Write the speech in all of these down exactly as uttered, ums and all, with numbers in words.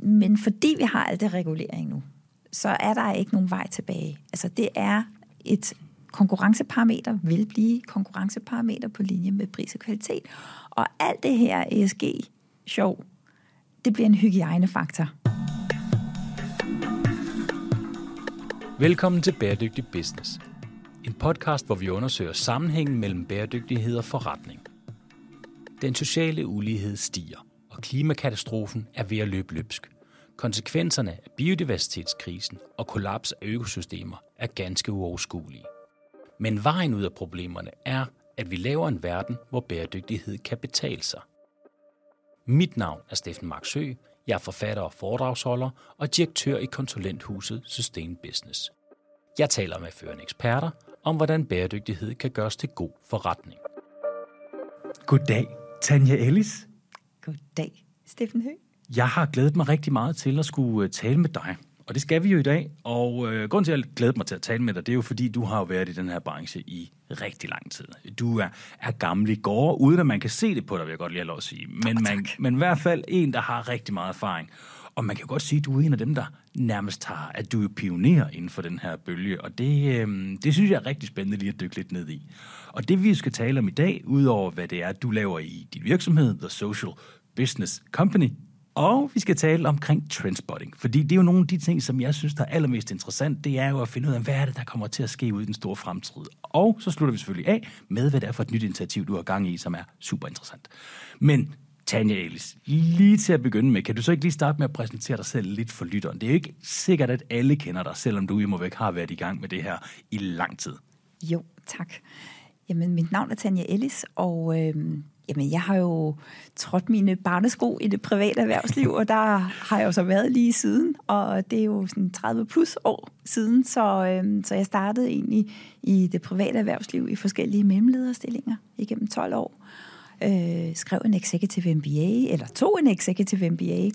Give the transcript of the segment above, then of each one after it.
men fordi vi har alt det regulering nu, så er der ikke nogen vej tilbage. Altså det er et konkurrenceparameter, vil blive konkurrenceparameter på linje med pris og kvalitet. Og alt det her E S G-sjov, det bliver en hygiejnefaktor. Velkommen til Bæredygtig Business. En podcast, hvor vi undersøger sammenhængen mellem bæredygtighed og forretning. Den sociale ulighed stiger, og klimakatastrofen er ved at løbe løbsk. Konsekvenserne af biodiversitetskrisen og kollaps af økosystemer er ganske uoverskuelige. Men vejen ud af problemerne er, at vi laver en verden, hvor bæredygtighed kan betale sig. Mit navn er Steffen Marksø. Jeg er forfatter og foredragsholder og direktør i konsulenthuset Sustain Business. Jeg taler med førende eksperter om, hvordan bæredygtighed kan gøres til god forretning. Goddag, Tanja Ellis. Goddag, Steffen Høgh. Jeg har glædet mig rigtig meget til at skulle tale med dig, og det skal vi jo i dag. Og øh, grunden til, at jeg glæder mig til at tale med dig, det er jo fordi, du har jo været i den her branche i rigtig lang tid. Du er, er gammel i går, uden at man kan se det på dig, vil jeg godt lige have lov at sige. Men, man, men i hvert fald en, der har rigtig meget erfaring. Og man kan godt sige, at du er en af dem, der nærmest har, at du er pioner inden for den her bølge. Og det, øh, det synes jeg er rigtig spændende lige at dykke lidt ned i. Og det vi skal tale om i dag, udover hvad det er, du laver i din virksomhed, The Social Business Company, og vi skal tale omkring trendspotting, fordi det er jo nogle af de ting, som jeg synes, der er allermest interessant, det er jo at finde ud af, hvad er det, der kommer til at ske ude i den store fremtid. Og så slutter vi selvfølgelig af med, hvad det er for et nyt initiativ, du har gang i, som er super interessant. Men Tanja Ellis, lige til at begynde med, kan du så ikke lige starte med at præsentere dig selv lidt for lytteren? Det er jo ikke sikkert, at alle kender dig, selvom du imod væk har været i gang med det her i lang tid. Jo, tak. Jamen, mit navn er Tanja Ellis, og øh, jamen, jeg har jo trådt mine barnesko i det private erhvervsliv, og der har jeg jo så været lige siden, og det er jo sådan tredive plus år siden, så, øh, så jeg startede egentlig i det private erhvervsliv i forskellige mellemlederstillinger igennem tolv år. Øh, skrev en executive M B A, eller tog en executive M B A,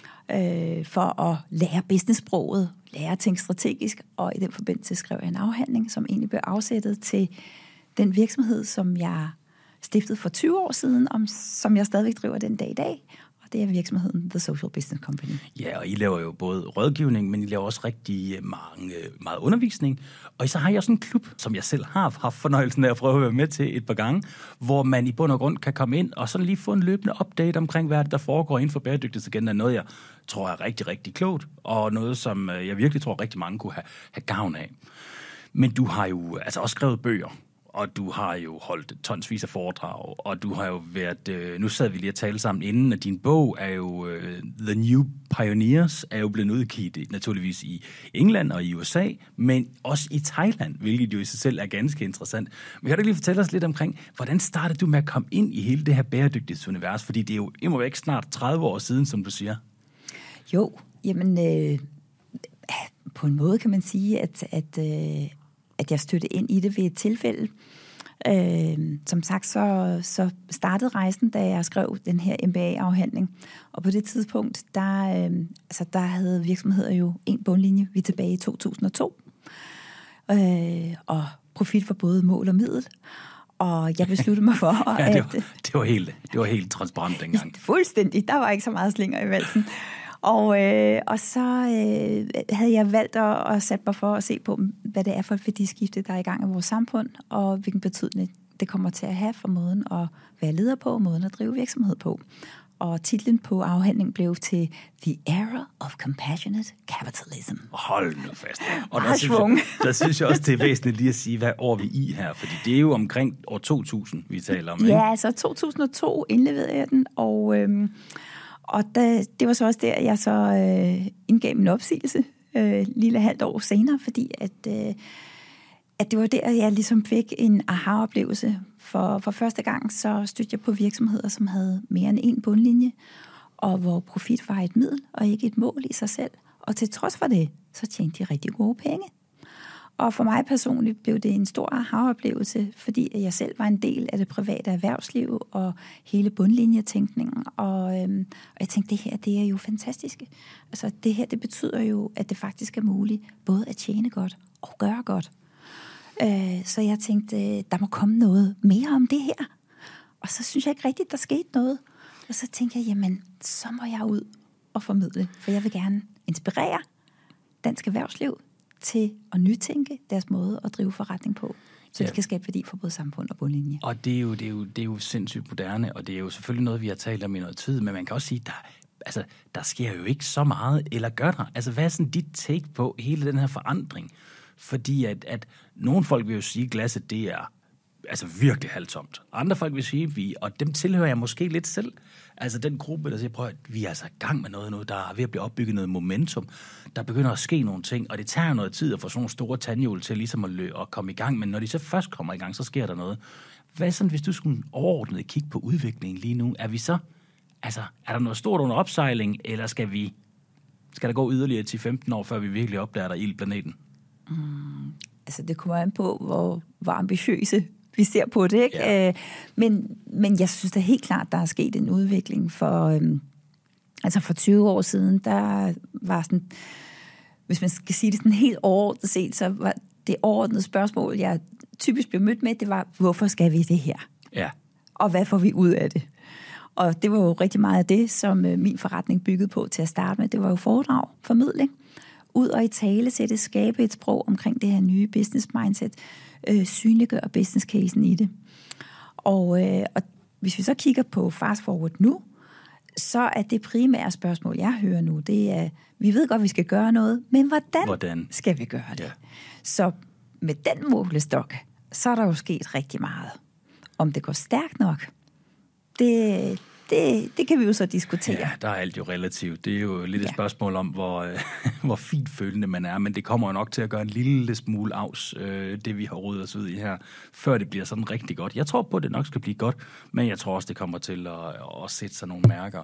øh, for at lære businesssproget, lære at tænke strategisk, og i den forbindelse skrev jeg en afhandling, som egentlig blev afsættet til den virksomhed, som jeg stiftede for tyve år siden, om, som jeg stadigvæk driver den dag i dag, og det er virksomheden The Social Business Company. Ja, og I laver jo både rådgivning, men I laver også rigtig mange, meget undervisning, og så har jeg også en klub, som jeg selv har haft fornøjelsen af at prøve at være med til et par gange, hvor man i bund og grund kan komme ind og sådan lige få en løbende update omkring, hvad det, der foregår inden for bæredygtighedsagenda, noget jeg tror er rigtig, rigtig klogt, og noget, som jeg virkelig tror rigtig mange kunne have, have gavn af. Men du har jo altså også skrevet bøger, og du har jo holdt tonsvis af foredrag, og du har jo været, øh, nu sad vi lige at tale sammen inden, at din bog er jo, øh, The New Pioneers, er jo blevet udgivet naturligvis i England og i U S A, men også i Thailand, hvilket jo i sig selv er ganske interessant. Men kan du lige fortælle os lidt omkring, hvordan startede du med at komme ind i hele det her bæredygtighedsunivers, fordi det er jo immer væk snart tredive år siden, som du siger. Jo, jamen, øh, på en måde kan man sige, at, at øh at jeg stødte ind i det ved et tilfælde. Øh, som sagt, så, så startede rejsen, da jeg skrev den her M B A-afhandling. Og på det tidspunkt, der, øh, altså, der havde virksomheder jo en bundlinje. Vi er tilbage i to tusind og to. Øh, og profit for både mål og middel. Og jeg besluttede mig for, ja, at... det, var, det, var helt, det var helt transparent dengang. Fuldstændig. Der var ikke så meget slinger i valsen. Og, øh, og så øh, havde jeg valgt at, at sætte mig for at se på, hvad det er for et værdiskifte, der er i gang i vores samfund, og hvilken betydning det kommer til at have for måden at være leder på, og måden at drive virksomhed på. Og titlen på afhandlingen blev til The Era of Compassionate Capitalism. Hold nu fast. Og der synes, jeg, der synes jeg også, det er væsentligt lige at sige, hvad år vi i her, fordi det er jo omkring år to tusind, vi taler om. Ikke? Ja, altså to tusind og to indleverede jeg den, og... Øh, Og da, det var så også der, jeg så øh, indgav min opsigelse øh, lille halvt år senere, fordi at, øh, at det var der, jeg ligesom fik en aha-oplevelse. For, for første gang så stødte jeg på virksomheder, som havde mere end en bundlinje, og hvor profit var et middel og ikke et mål i sig selv. Og til trods for det, så tjente de rigtig gode penge. Og for mig personligt blev det en stor aha-oplevelse, fordi jeg selv var en del af det private erhvervsliv og hele bundlinjetænkningen. Og, øhm, og jeg tænkte, det her, det er jo fantastisk. Altså det her, det betyder jo, at det faktisk er muligt både at tjene godt og gøre godt. Øh, så jeg tænkte, der må komme noget mere om det her. Og så synes jeg ikke rigtigt, der skete noget. Og så tænkte jeg, jamen, så må jeg ud at formidle, for jeg vil gerne inspirere dansk erhvervsliv til at nytænke deres måde at drive forretning på, så ja. de kan skabe værdi for både samfund og bundlinje. Og det er, jo, det, er jo, det er jo sindssygt moderne, og det er jo selvfølgelig noget, vi har talt om i noget tid, men man kan også sige, der, altså, der sker jo ikke så meget, eller gør der? Altså, hvad er sådan dit take på hele den her forandring? Fordi at, at nogle folk vil jo sige, at glasset, det er altså virkelig halvtomt. Andre folk vil sige, vi, og dem tilhører jeg måske lidt selv, altså den gruppe, der siger, prøv at vi er altså i gang med noget nu, der er ved at blive opbygget noget momentum, der begynder at ske nogle ting, og det tager noget tid at få sådan nogle store tandhjul til ligesom at, lø- at komme i gang, men når de så først kommer i gang, så sker der noget. Hvad er sådan, hvis du skulle overordnet kigge på udviklingen lige nu? Er vi så, altså, er der noget stort under opsejling, eller skal vi, skal der gå yderligere til femten år, før vi virkelig opdager der ild i planeten? Mm, altså, det kommer an på, hvor, hvor ambitiøse vi ser på det, ikke? Ja. Men, men jeg synes da helt klart, der er sket en udvikling. For, øhm, altså for tyve år siden, der var sådan, hvis man skal sige det sådan helt overordnet set, så var det overordnede spørgsmål, jeg typisk blev mødt med, det var, hvorfor skal vi det her? Ja. Og hvad får vi ud af det? Og det var jo rigtig meget af det, som min forretning byggede på til at starte med. Det var jo foredrag, formidling, ud og i tale sætte, skabe et sprog omkring det her nye business mindset, øh, synliggøre business casen i det. Og, øh, og hvis vi så kigger på fast forward nu, så er det primære spørgsmål, jeg hører nu, det er, vi ved godt, vi skal gøre noget, men hvordan, hvordan? skal vi gøre det? Ja. Så med den målestok, så er der jo sket rigtig meget. Om det går stærkt nok, det, det, det kan vi jo så diskutere. Ja, der er alt jo relativt. Det er jo lidt et ja. spørgsmål om, hvor, øh, hvor fint følende man er, men det kommer jo nok til at gøre en lille smule afs, øh, det vi har rodet os ud i her, før det bliver sådan rigtig godt. Jeg tror på, at det nok skal blive godt, men jeg tror også, det kommer til at, at sætte sig nogle mærker.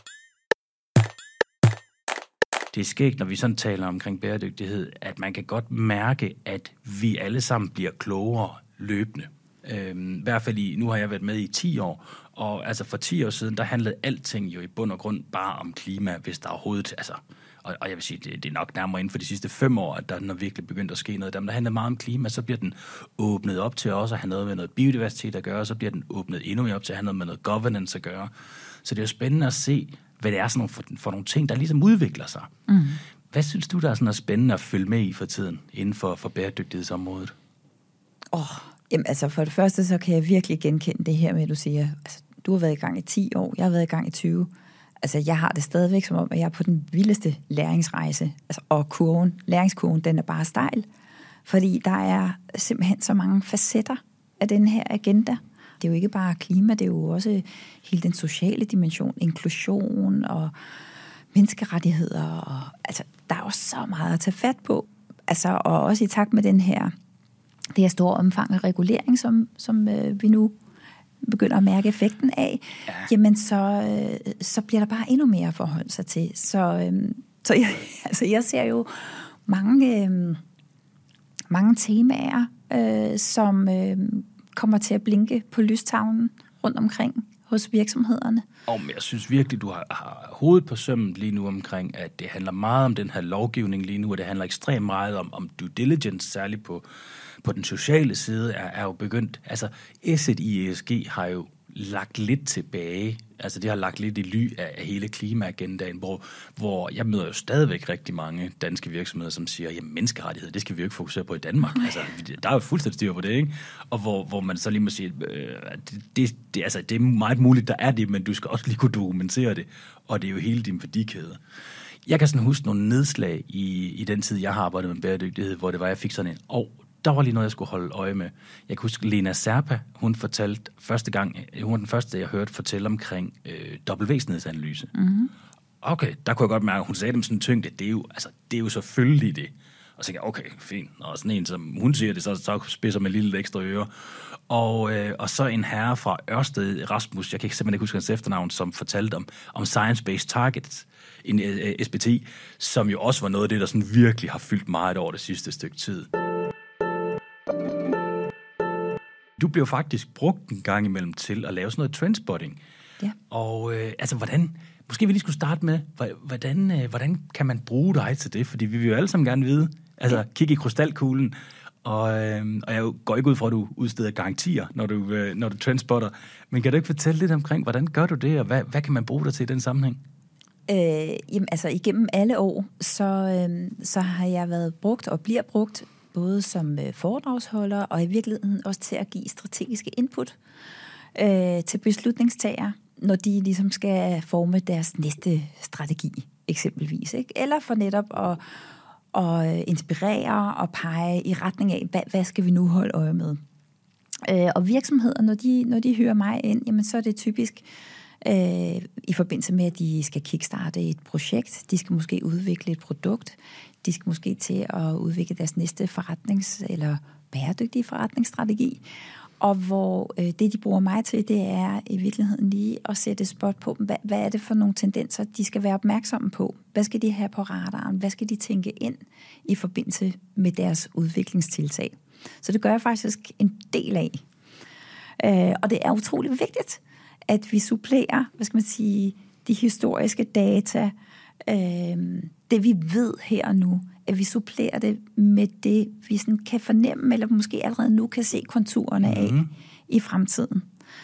Det er skægt, når vi sådan taler omkring bæredygtighed, at man kan godt mærke, at vi alle sammen bliver klogere løbende. Øhm, I hvert fald i, nu har jeg været med i ti år, og altså for ti år siden, der handlede alting jo i bund og grund bare om klima, hvis der overhovedet, altså, og, og jeg vil sige, det, det er nok nærmere inden for de sidste fem år, at der er virkelig begyndt at ske noget. Der, der handler meget om klima, så bliver den åbnet op til også at have noget med noget biodiversitet at gøre, så bliver den åbnet endnu mere op til at have noget med noget governance at gøre. Så det er jo spændende at se, hvad det er sådan nogle, for, for nogle ting, der ligesom udvikler sig. Mm. Hvad synes du, der er sådan noget spændende at følge med i for tiden, inden for, for bæredygtighedsområdet? Åh, oh, jamen altså for det første, så kan jeg virkelig genkende det her med, at du siger, altså du har været i gang i ti år, jeg har været i gang i tyve. Altså jeg har det stadigvæk som om, at jeg er på den vildeste læringsrejse. Altså, og kurven, læringskurven, den er bare stejl. Fordi der er simpelthen så mange facetter af den her agenda. Det er jo ikke bare klima, det er jo også hele den sociale dimension, inklusion og menneskerettigheder. Og, altså, der er jo så meget at tage fat på. Altså, og også i takt med den her, det her store omfang af regulering, som, som øh, vi nu begynder at mærke effekten af, ja. jamen så, øh, så bliver der bare endnu mere at forholde sig til. Så, øh, så jeg, altså, jeg ser jo mange, øh, mange temaer, øh, som øh, kommer til at blinke på lystavlen rundt omkring hos virksomhederne. Og jeg synes virkelig, du har, har hovedet på sømmet lige nu omkring, at det handler meget om den her lovgivning lige nu, og det handler ekstremt meget om, om due diligence, særligt på, på den sociale side, er, er jo begyndt. Altså, Asset i E S G har jo lagt lidt tilbage. Altså, det har lagt lidt i ly af, af hele klimaagendaen, hvor, hvor jeg møder jo stadigvæk rigtig mange danske virksomheder, som siger, jamen, menneskerettigheder, det skal vi jo ikke fokusere på i Danmark. Altså, der er jo fuldstændig styr på det, ikke? Og hvor, hvor man så lige må sige, øh, det, det, det, altså, det er meget muligt, der er det, men du skal også lige kunne dokumentere det, og det er jo hele din værdikæde. Jeg kan sådan huske nogle nedslag i, i den tid, jeg har arbejdet med bæredygtighed, hvor det var, jeg fik sådan en, og der var lige noget, jeg skulle holde øje med. Jeg kan huske, Lena Serpa, hun fortalte første gang, hun var den første, jeg hørte fortælle omkring øh, dobbeltvæsenhedsanalyse. Mm-hmm. Okay, der kunne jeg godt mærke, at hun sagde dem sådan en tyngde, det er jo, altså, det er jo selvfølgelig det. Og så tænkte jeg, okay, fint. Og sådan en, som hun siger det, så, så spidser man lille ekstra øre. Og, øh, og så en herre fra Ørsted, Rasmus, jeg kan simpelthen ikke huske hans efternavn, som fortalte om, om Science-Based Targets, en øh, S B T, som jo også var noget af det, der sådan virkelig har fyldt meget over det sidste stykke tid. Du blev faktisk brugt en gang imellem til at lave sådan noget trendspotting. Ja. Og øh, altså, hvordan, måske vi lige skulle starte med, hvordan, øh, hvordan kan man bruge dig til det? Fordi vi vil jo alle sammen gerne vide, altså ja. Kigge i krystalkuglen, og, øh, og jeg går ikke ud fra, at du udsteder garantier, når du, øh, når du trendspotter. Men kan du ikke fortælle lidt omkring, hvordan gør du det, og hvad, hvad kan man bruge dig til i den sammenhæng? Øh, jamen, altså igennem alle år, så, øh, så har jeg været brugt og bliver brugt både som øh, foredragsholder og i virkeligheden også til at give strategiske input øh, til beslutningstagere, når de ligesom skal forme deres næste strategi, eksempelvis. Ikke? Eller for netop at, at inspirere og pege i retning af, hvad, hvad skal vi nu holde øje med. Øh, og virksomheder, når de, når de hører mig ind, jamen, så er det typisk øh, i forbindelse med, at de skal kickstarte et projekt, de skal måske udvikle et produkt, de skal måske til at udvikle deres næste forretnings- eller bæredygtige forretningsstrategi. Og hvor øh, det, de bruger mig til, det er i virkeligheden lige at sætte spot på, hvad, hvad er det for nogle tendenser, de skal være opmærksomme på? Hvad skal de have på radaren? Hvad skal de tænke ind i forbindelse med deres udviklingstiltag? Så det gør jeg faktisk en del af. Øh, og det er utrolig vigtigt, at vi supplerer, hvad skal man sige, de historiske data, øh, det vi ved her og nu, at vi supplerer det med det, vi sådan kan fornemme, eller måske allerede nu kan se konturerne af mm-hmm. i fremtiden.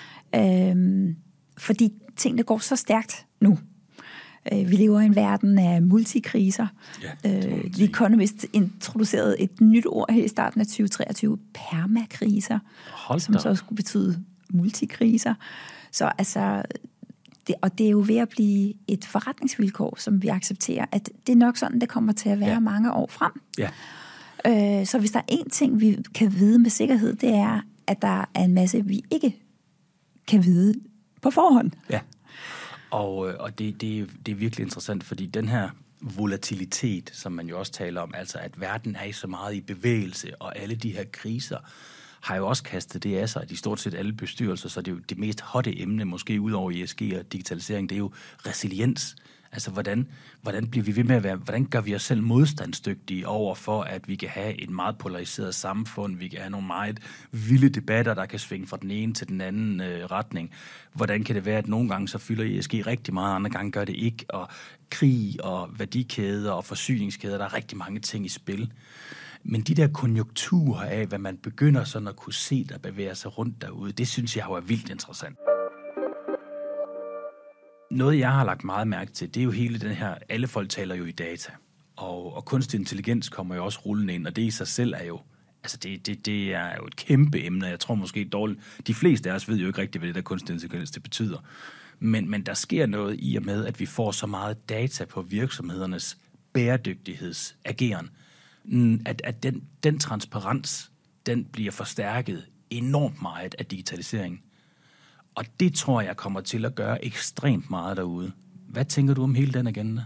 Øh, fordi tingene går så stærkt nu. Øh, vi lever i en verden af multikriser. Ja, øh, The Economist introducerede et nyt ord her i starten af tyve treogtyve, permakriser, som så skulle betyde multikriser. Så altså, det, og det er jo ved at blive et forretningsvilkår, som vi accepterer, at det er nok sådan, det kommer til at være ja. mange år frem. Ja. Øh, så hvis der er én ting, vi kan vide med sikkerhed, det er, at der er en masse, vi ikke kan vide på forhånd. Ja, og, og det, det, det er virkelig interessant, fordi den her volatilitet, som man jo også taler om, altså at verden er så meget i bevægelse, og alle de her kriser, har jo også kastet det af sig, at i stort set alle bestyrelser, så det er jo det mest hotte emne, måske ud over E S G og digitalisering, det er jo resiliens. Altså, hvordan, hvordan bliver vi ved med at være, hvordan gør vi os selv modstandsdygtige over for, at vi kan have et meget polariseret samfund, vi kan have nogle meget vilde debatter, der kan svinge fra den ene til den anden øh, retning. Hvordan kan det være, at nogle gange så fylder E S G rigtig meget, andre gange gør det ikke, og krig og værdikæder og forsyningskæder, der er rigtig mange ting i spil. Men de der konjunkturer af, hvad man begynder sådan at kunne se, der bevæger sig rundt derude, det synes jeg jo er vildt interessant. Noget, jeg har lagt meget mærke til, det er jo hele den her, alle folk taler jo i data, og, og kunstig intelligens kommer jo også rullende ind, og det i sig selv er jo, altså det, det, det er jo et kæmpe emne, jeg tror måske dårligt, de fleste af os ved jo ikke rigtigt, hvad det der kunstig intelligens det betyder, men, men der sker noget i og med, at vi får så meget data på virksomhedernes bæredygtighedsageren, at, at den, den transparens, den bliver forstærket enormt meget af digitaliseringen. Og det tror jeg kommer til at gøre ekstremt meget derude. Hvad tænker du om hele den agenda?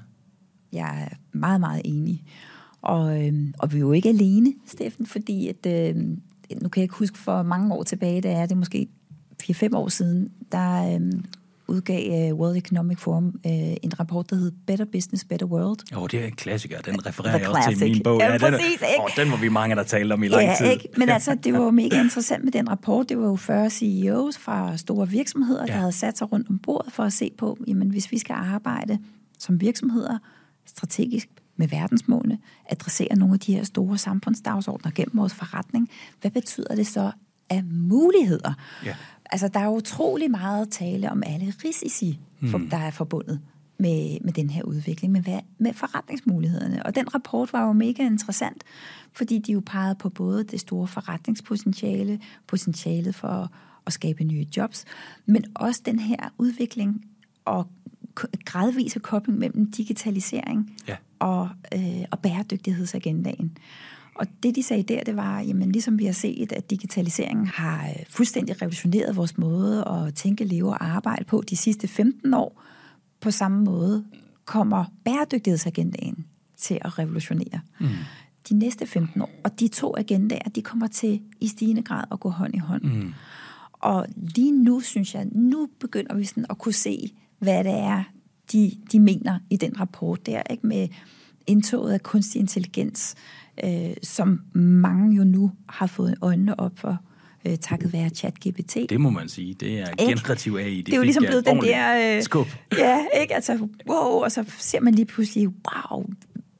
Jeg er meget, meget enig. Og, øh, og vi er jo ikke alene, Steffen, fordi at, øh, nu kan jeg ikke huske for mange år tilbage, det er det måske fire fem år siden, der øh, udgav World Economic Forum øh, en rapport, der hed Better Business, Better World. Jo, det er en klassiker. Den refererer jeg også til i min bog. Ja, ja, præcis, den, ikke? Åh, den var vi mange, der talte om i lang ja, tid. Ikke? Men altså, det var jo mega interessant med den rapport. Det var jo fyrre C E O's fra store virksomheder, ja. der havde sat sig rundt om bordet for at se på, jamen hvis vi skal arbejde som virksomheder strategisk med verdensmålene, adressere nogle af de her store samfundsdagsordner gennem vores forretning, hvad betyder det så af muligheder? Ja. Altså, der er utrolig meget tale om alle risici, hmm. der er forbundet med, med den her udvikling, med, med forretningsmulighederne. Og den rapport var jo mega interessant, fordi de jo pegede på både det store forretningspotentiale, potentialet for at skabe nye jobs, men også den her udvikling og gradvise kobling mellem digitalisering ja. og, øh, og bæredygtighedsagendaen. Og det, de sagde der, det var, jamen ligesom vi har set, at digitaliseringen har fuldstændig revolutioneret vores måde at tænke, leve og arbejde på de sidste femten år, på samme måde kommer bæredygtighedsagendaen til at revolutionere mm. de næste femten år. Og de to agendaer, de kommer til i stigende grad at gå hånd i hånd. Mm. Og lige nu, synes jeg, nu begynder vi sådan at kunne se, hvad det er, de, de mener i den rapport der, ikke? Med indtoget af kunstig intelligens, øh, som mange jo nu har fået øjnene op for, øh, takket være ChatGPT. Det må man sige. Det er generativ A I. Det, det er jo ligesom blevet den der... Øh, skub. Ja, ikke? Altså, wow, og så ser man lige pludselig, wow,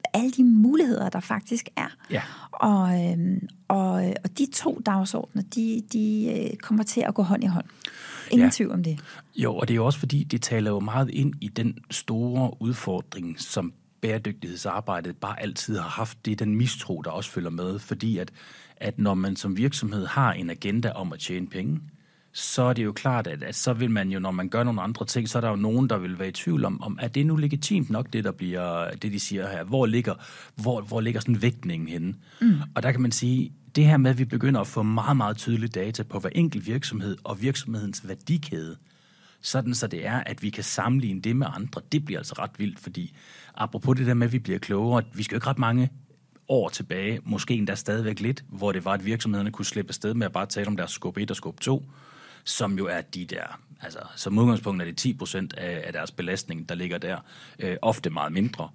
alle de muligheder, der faktisk er. Ja. Og, øh, og, og de to dagsordner, de, de kommer til at gå hånd i hånd. Ingen ja. tvivl om det. Jo, og det er jo også fordi, det taler jo meget ind i den store udfordring, som bæredygtighedsarbejdet bare altid har haft. Det er den mistro, der også følger med, fordi at, at når man som virksomhed har en agenda om at tjene penge, så er det jo klart, at, at så vil man jo, når man gør nogle andre ting, så er der jo nogen, der vil være i tvivl om, om er det nu legitimt nok, det der bliver, det de siger her, hvor ligger, hvor, hvor ligger sådan vægtningen henne? Mm. Og der kan man sige, det her med, at vi begynder at få meget, meget tydelige data på hver enkelt virksomhed og virksomhedens værdikæde, sådan så det er, at vi kan sammenligne det med andre, det bliver altså ret vildt, fordi apropos det der med, at vi bliver klogere, vi skal jo ikke ret mange år tilbage, måske endda stadigvæk lidt, hvor det var, at virksomhederne kunne slippe afsted med at bare tale om deres skub et og skub to, som jo er de der, altså som udgangspunkt er det ti procent af, af deres belastning, der ligger der, øh, ofte meget mindre.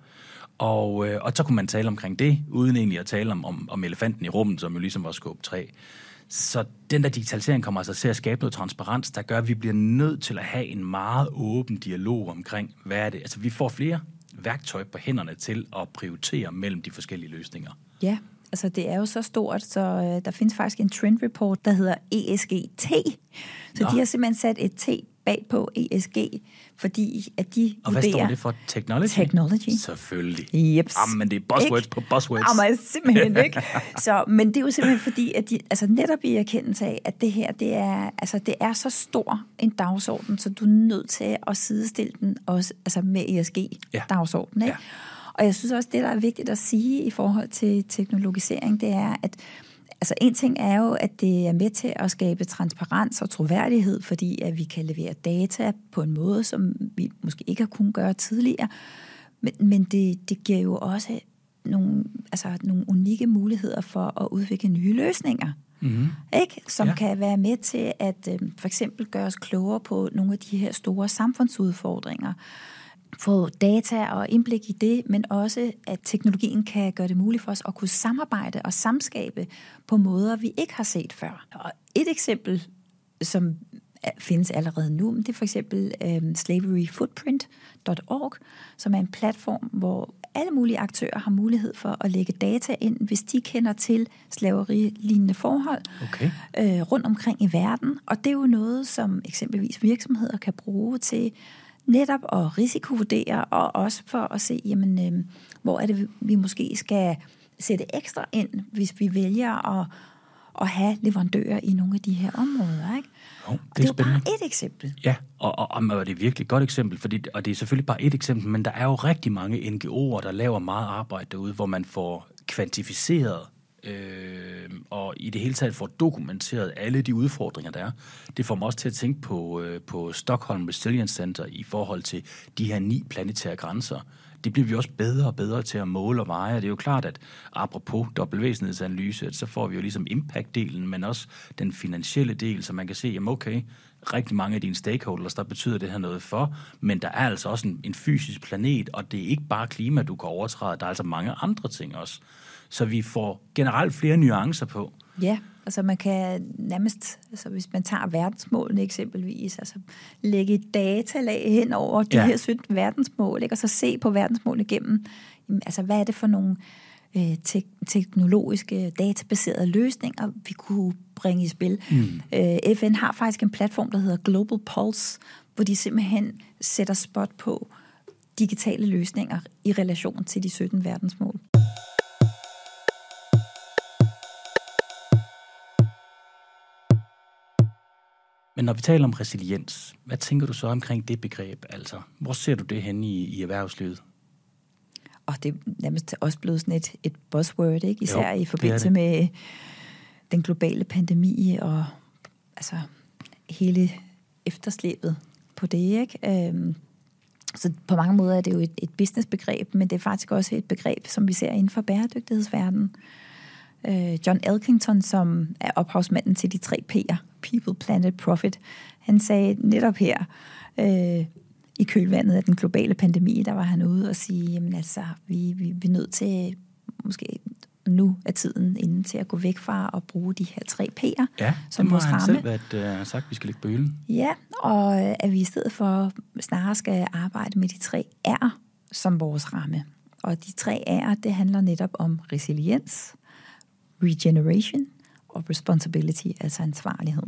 Og, øh, og så kunne man tale omkring det, uden egentlig at tale om, om, om elefanten i rummet, som jo ligesom var skub tre. Så den der digitalisering kommer altså til at skabe noget transparens, der gør, at vi bliver nødt til at have en meget åben dialog omkring, hvad er det? Altså vi får flere værktøj på hænderne til at prioritere mellem de forskellige løsninger. Ja, altså det er jo så stort, så øh, der findes faktisk en trend report, der hedder E S G T. Så Nå. de har simpelthen sat et T bag på E S G, fordi at de Og hvad står det for? Technology? Technology. Selvfølgelig. Jeps. Jamen, det er buzzwords ikke? På buzzwords. Jamen, simpelthen ikke. Så, men det er jo simpelthen fordi, at de, altså netop i erkendelse af, at det her, det er, altså det er så stor en dagsorden, så du er nødt til at sidestille den også altså med E S G-dagsordenen. Ja. Ja. Og jeg synes også, det der er vigtigt at sige i forhold til teknologisering, det er, at altså en ting er jo, at det er med til at skabe transparens og troværdighed, fordi at vi kan levere data på en måde, som vi måske ikke har kunnet gøre tidligere. Men, men det, det giver jo også nogle, altså nogle unikke muligheder for at udvikle nye løsninger, mm-hmm. ikke? Som ja. kan være med til at øh, for eksempel gøre os klogere på nogle af de her store samfundsudfordringer. Få data og indblik i det, men også, at teknologien kan gøre det muligt for os at kunne samarbejde og samskabe på måder, vi ikke har set før. Og et eksempel, som findes allerede nu, det er for eksempel um, slavery footprint punktum org, som er en platform, hvor alle mulige aktører har mulighed for at lægge data ind, hvis de kender til slaveri-lignende forhold okay. øh, rundt omkring i verden. Og det er jo noget, som eksempelvis virksomheder kan bruge til netop at risikovurdere, og også for at se, jamen, øh, hvor er det, vi måske skal sætte ekstra ind, hvis vi vælger at, at have leverandører i nogle af de her områder. Ikke? Jo, det, er det er jo bare et eksempel. Ja, og, og, og det er virkelig et godt eksempel, fordi, og det er selvfølgelig bare et eksempel, men der er jo rigtig mange N G O'er, der laver meget arbejde derude, hvor man får kvantificeret Øh, og i det hele taget får dokumenteret alle de udfordringer, der er. Det får mig også til at tænke på, øh, på Stockholm Resilience Center i forhold til de her ni planetære grænser. Det bliver vi også bedre og bedre til at måle og veje. Det er jo klart, at apropos dobbeltvæsenhedsanalyse, så får vi jo ligesom impact-delen, men også den finansielle del, så man kan se, jamen okay, rigtig mange af dine stakeholders, der betyder det her noget for, men der er altså også en, en fysisk planet, og det er ikke bare klima, du kan overtræde, der er altså mange andre ting også. Så vi får generelt flere nuancer på. Ja, altså man kan nærmest, altså hvis man tager verdensmålene eksempelvis, altså lægge et datalag hen over de ja. her sytten verdensmål, ikke? Og så se på verdensmålene gennem, altså hvad er det for nogle øh, te- teknologiske, databaserede løsninger, vi kunne bringe i spil. Mm. Øh, F N har faktisk en platform, der hedder Global Pulse, hvor de simpelthen sætter spot på digitale løsninger i relation til de sytten verdensmål. Men når vi taler om resiliens, hvad tænker du så omkring det begreb? Altså, hvor ser du det henne i, i erhvervslivet? Og det er nærmest også blevet sådan et, et buzzword, ikke? Især jo, i forbindelse det det. med den globale pandemi og altså hele efterslæbet på det, ikke? Øhm, så på mange måder er det jo et, et businessbegreb, men det er faktisk også et begreb, som vi ser inden for bæredygtighedsverdenen. Øh, John Elkington, som er ophavsmanden til de tre P'er, People, Planet, Profit, han sagde netop her, øh, i kølvandet af den globale pandemi, der var han ude og sige, jamen altså, vi, vi, vi er nødt til, måske nu er tiden inde til at gå væk fra at bruge de her tre P'er ja, som vores ramme. Ja, det må han selv været uh, sagt, vi skal ligge på hylden. Ja, og at vi i stedet for snarere skal arbejde med de tre R som vores ramme. Og de tre R'er, det handler netop om resiliens, regeneration og responsibility, altså ansvarlighed.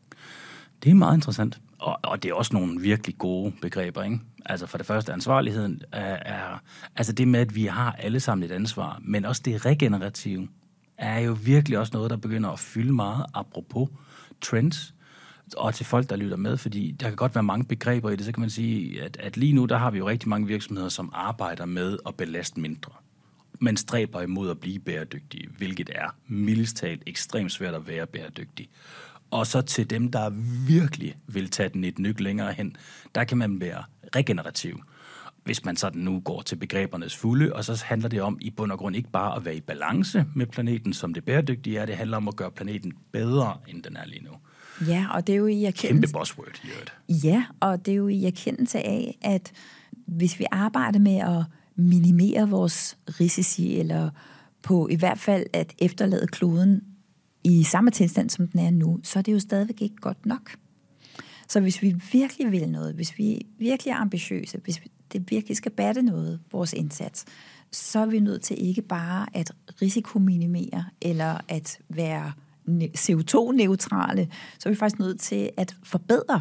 Det er meget interessant, og, og det er også nogle virkelig gode begreber, ikke? Altså for det første, ansvarligheden er, er, altså det med, at vi har alle sammen et ansvar, men også det regenerative, er jo virkelig også noget, der begynder at fylde meget, apropos trends, og til folk, der lytter med, fordi der kan godt være mange begreber i det, så kan man sige, at, at lige nu, der har vi jo rigtig mange virksomheder, som arbejder med at belaste mindre, men stræber imod at blive bæredygtige, hvilket er mildest talt ekstremt svært at være bæredygtig. Og så til dem, der virkelig vil tage den et nyk længere hen, der kan man være regenerativ. Hvis man sådan nu går til begrebernes fulde, og så handler det om i bund og grund ikke bare at være i balance med planeten, som det bæredygtige er, det handler om at gøre planeten bedre, end den er lige nu. Ja, og det er jo i erkendelse... Kæmpe buzzword, Jørgen. Ja, og det er jo i erkendelse af, at hvis vi arbejder med at minimere vores risici, eller på i hvert fald at efterlade kloden i samme tilstand, som den er nu, så er det jo stadigvæk ikke godt nok. Så hvis vi virkelig vil noget, hvis vi virkelig er ambitiøse, hvis det virkelig skal batte noget, vores indsats, så er vi nødt til ikke bare at risikominimere, eller at være C O to neutrale, så er vi faktisk nødt til at forbedre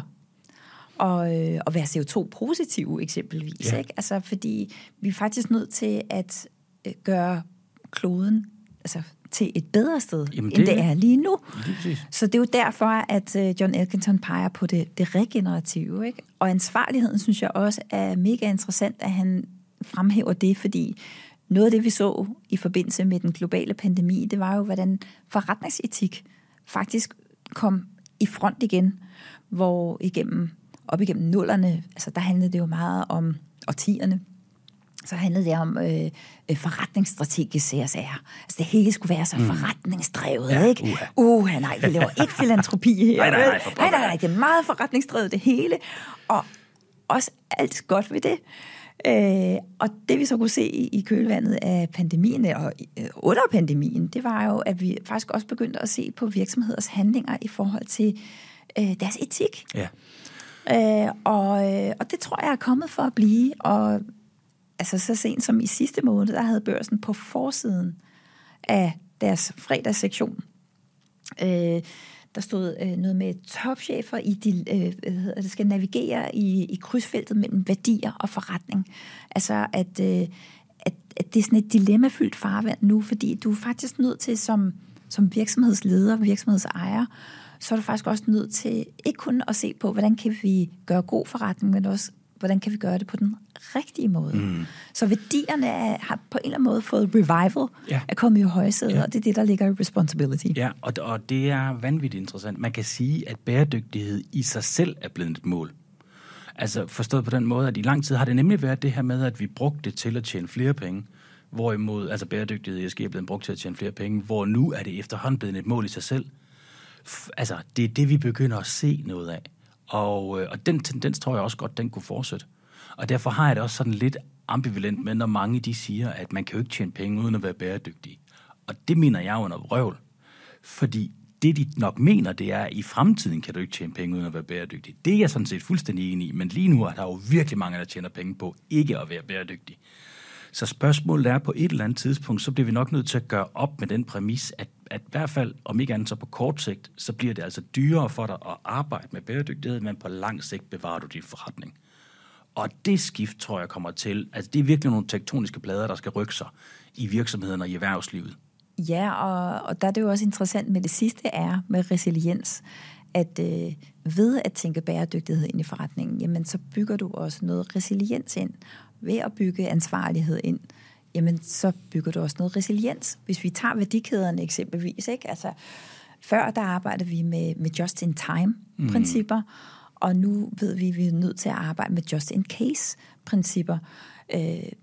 og, øh, og være C O to positive eksempelvis. Ja. Ikke? Altså, fordi vi er faktisk nødt til at øh, gøre kloden altså, til et bedre sted, Jamen det, end det er lige nu. Lige så det er jo derfor, at øh, John Elkington peger på det, det regenerative. Ikke? Og ansvarligheden, synes jeg også er mega interessant, at han fremhæver det, fordi noget af det, vi så i forbindelse med den globale pandemi, det var jo, hvordan forretningsetik faktisk kom i front igen, hvor igennem, op igennem nullerne, altså der handlede det jo meget om årtierne, så handlede det om øh, forretningsstrategisk C S R. Altså det hele skulle være så mm. forretningsdrevet, ja, ikke? Uha. Uha, nej, vi laver ikke filantropi her. nej, nej, nej, nej, nej, nej, det er meget forretningsdrevet det hele, og også alt godt ved det. Øh, og det vi så kunne se i, i kølvandet af pandemien, og øh, under pandemien, det var jo, at vi faktisk også begyndte at se på virksomheders handlinger i forhold til øh, deres etik. Ja. Øh, og, øh, og det tror jeg er kommet for at blive, og altså så sent som i sidste måned, der havde Børsen på forsiden af deres fredagssektion. Øh, der stod øh, noget med topchefer, i de, øh, hvad hedder det, skal navigere i, i krydsfeltet mellem værdier og forretning. Altså at, øh, at, at det er sådan et dilemmafyldt farvand nu, fordi du er faktisk nødt til som, som virksomhedsleder, virksomhedsejer, så er du faktisk også nødt til ikke kun at se på, hvordan kan vi gøre god forretning, men også hvordan kan vi gøre det på den rigtige måde. Mm. Så værdierne er, har på en eller anden måde fået revival, ja. Er kommet i højsædet, ja. Og det er det, der ligger i responsibility. Ja, og, og det er vanvittigt interessant. Man kan sige, at bæredygtighed i sig selv er blevet et mål. Altså forstået på den måde, at i lang tid har det nemlig været det her med, at vi brugte det til at tjene flere penge, hvorimod altså bæredygtighed i S G er blevet brugt til at tjene flere penge, hvor nu er det efterhånden blevet et mål i sig selv. Altså, det er det, vi begynder at se noget af. Og, og den tendens tror jeg også godt, den kunne fortsætte. Og derfor har jeg det også sådan lidt ambivalent med, når mange de siger, at man kan jo ikke tjene penge uden at være bæredygtig. Og det mener jeg jo noget vrøvl. Fordi det, de nok mener, det er, at i fremtiden kan du ikke tjene penge uden at være bæredygtig. Det er jeg sådan set fuldstændig enig i, men lige nu er der jo virkelig mange, der tjener penge på ikke at være bæredygtig. Så spørgsmålet er, på et eller andet tidspunkt, så bliver vi nok nødt til at gøre op med den præmis, at, at i hvert fald, om ikke andet så på kort sigt, så bliver det altså dyrere for dig at arbejde med bæredygtighed, men på lang sigt bevarer du din forretning. Og det skift, tror jeg, kommer til, altså det er virkelig nogle tektoniske plader, der skal rykke sig i virksomheden og i erhvervslivet. Ja, og, og der er det jo også interessant med det sidste er, med resiliens, at øh, ved at tænke bæredygtighed ind i forretningen, jamen så bygger du også noget resiliens ind. Ved at bygge ansvarlighed ind, jamen så bygger du også noget resiliens. Hvis vi tager værdikæderne eksempelvis, ikke? Altså før der arbejdede vi med, med just-in-time-principper, mm. og nu ved vi, at vi er nødt til at arbejde med just-in-case-principper. Øh,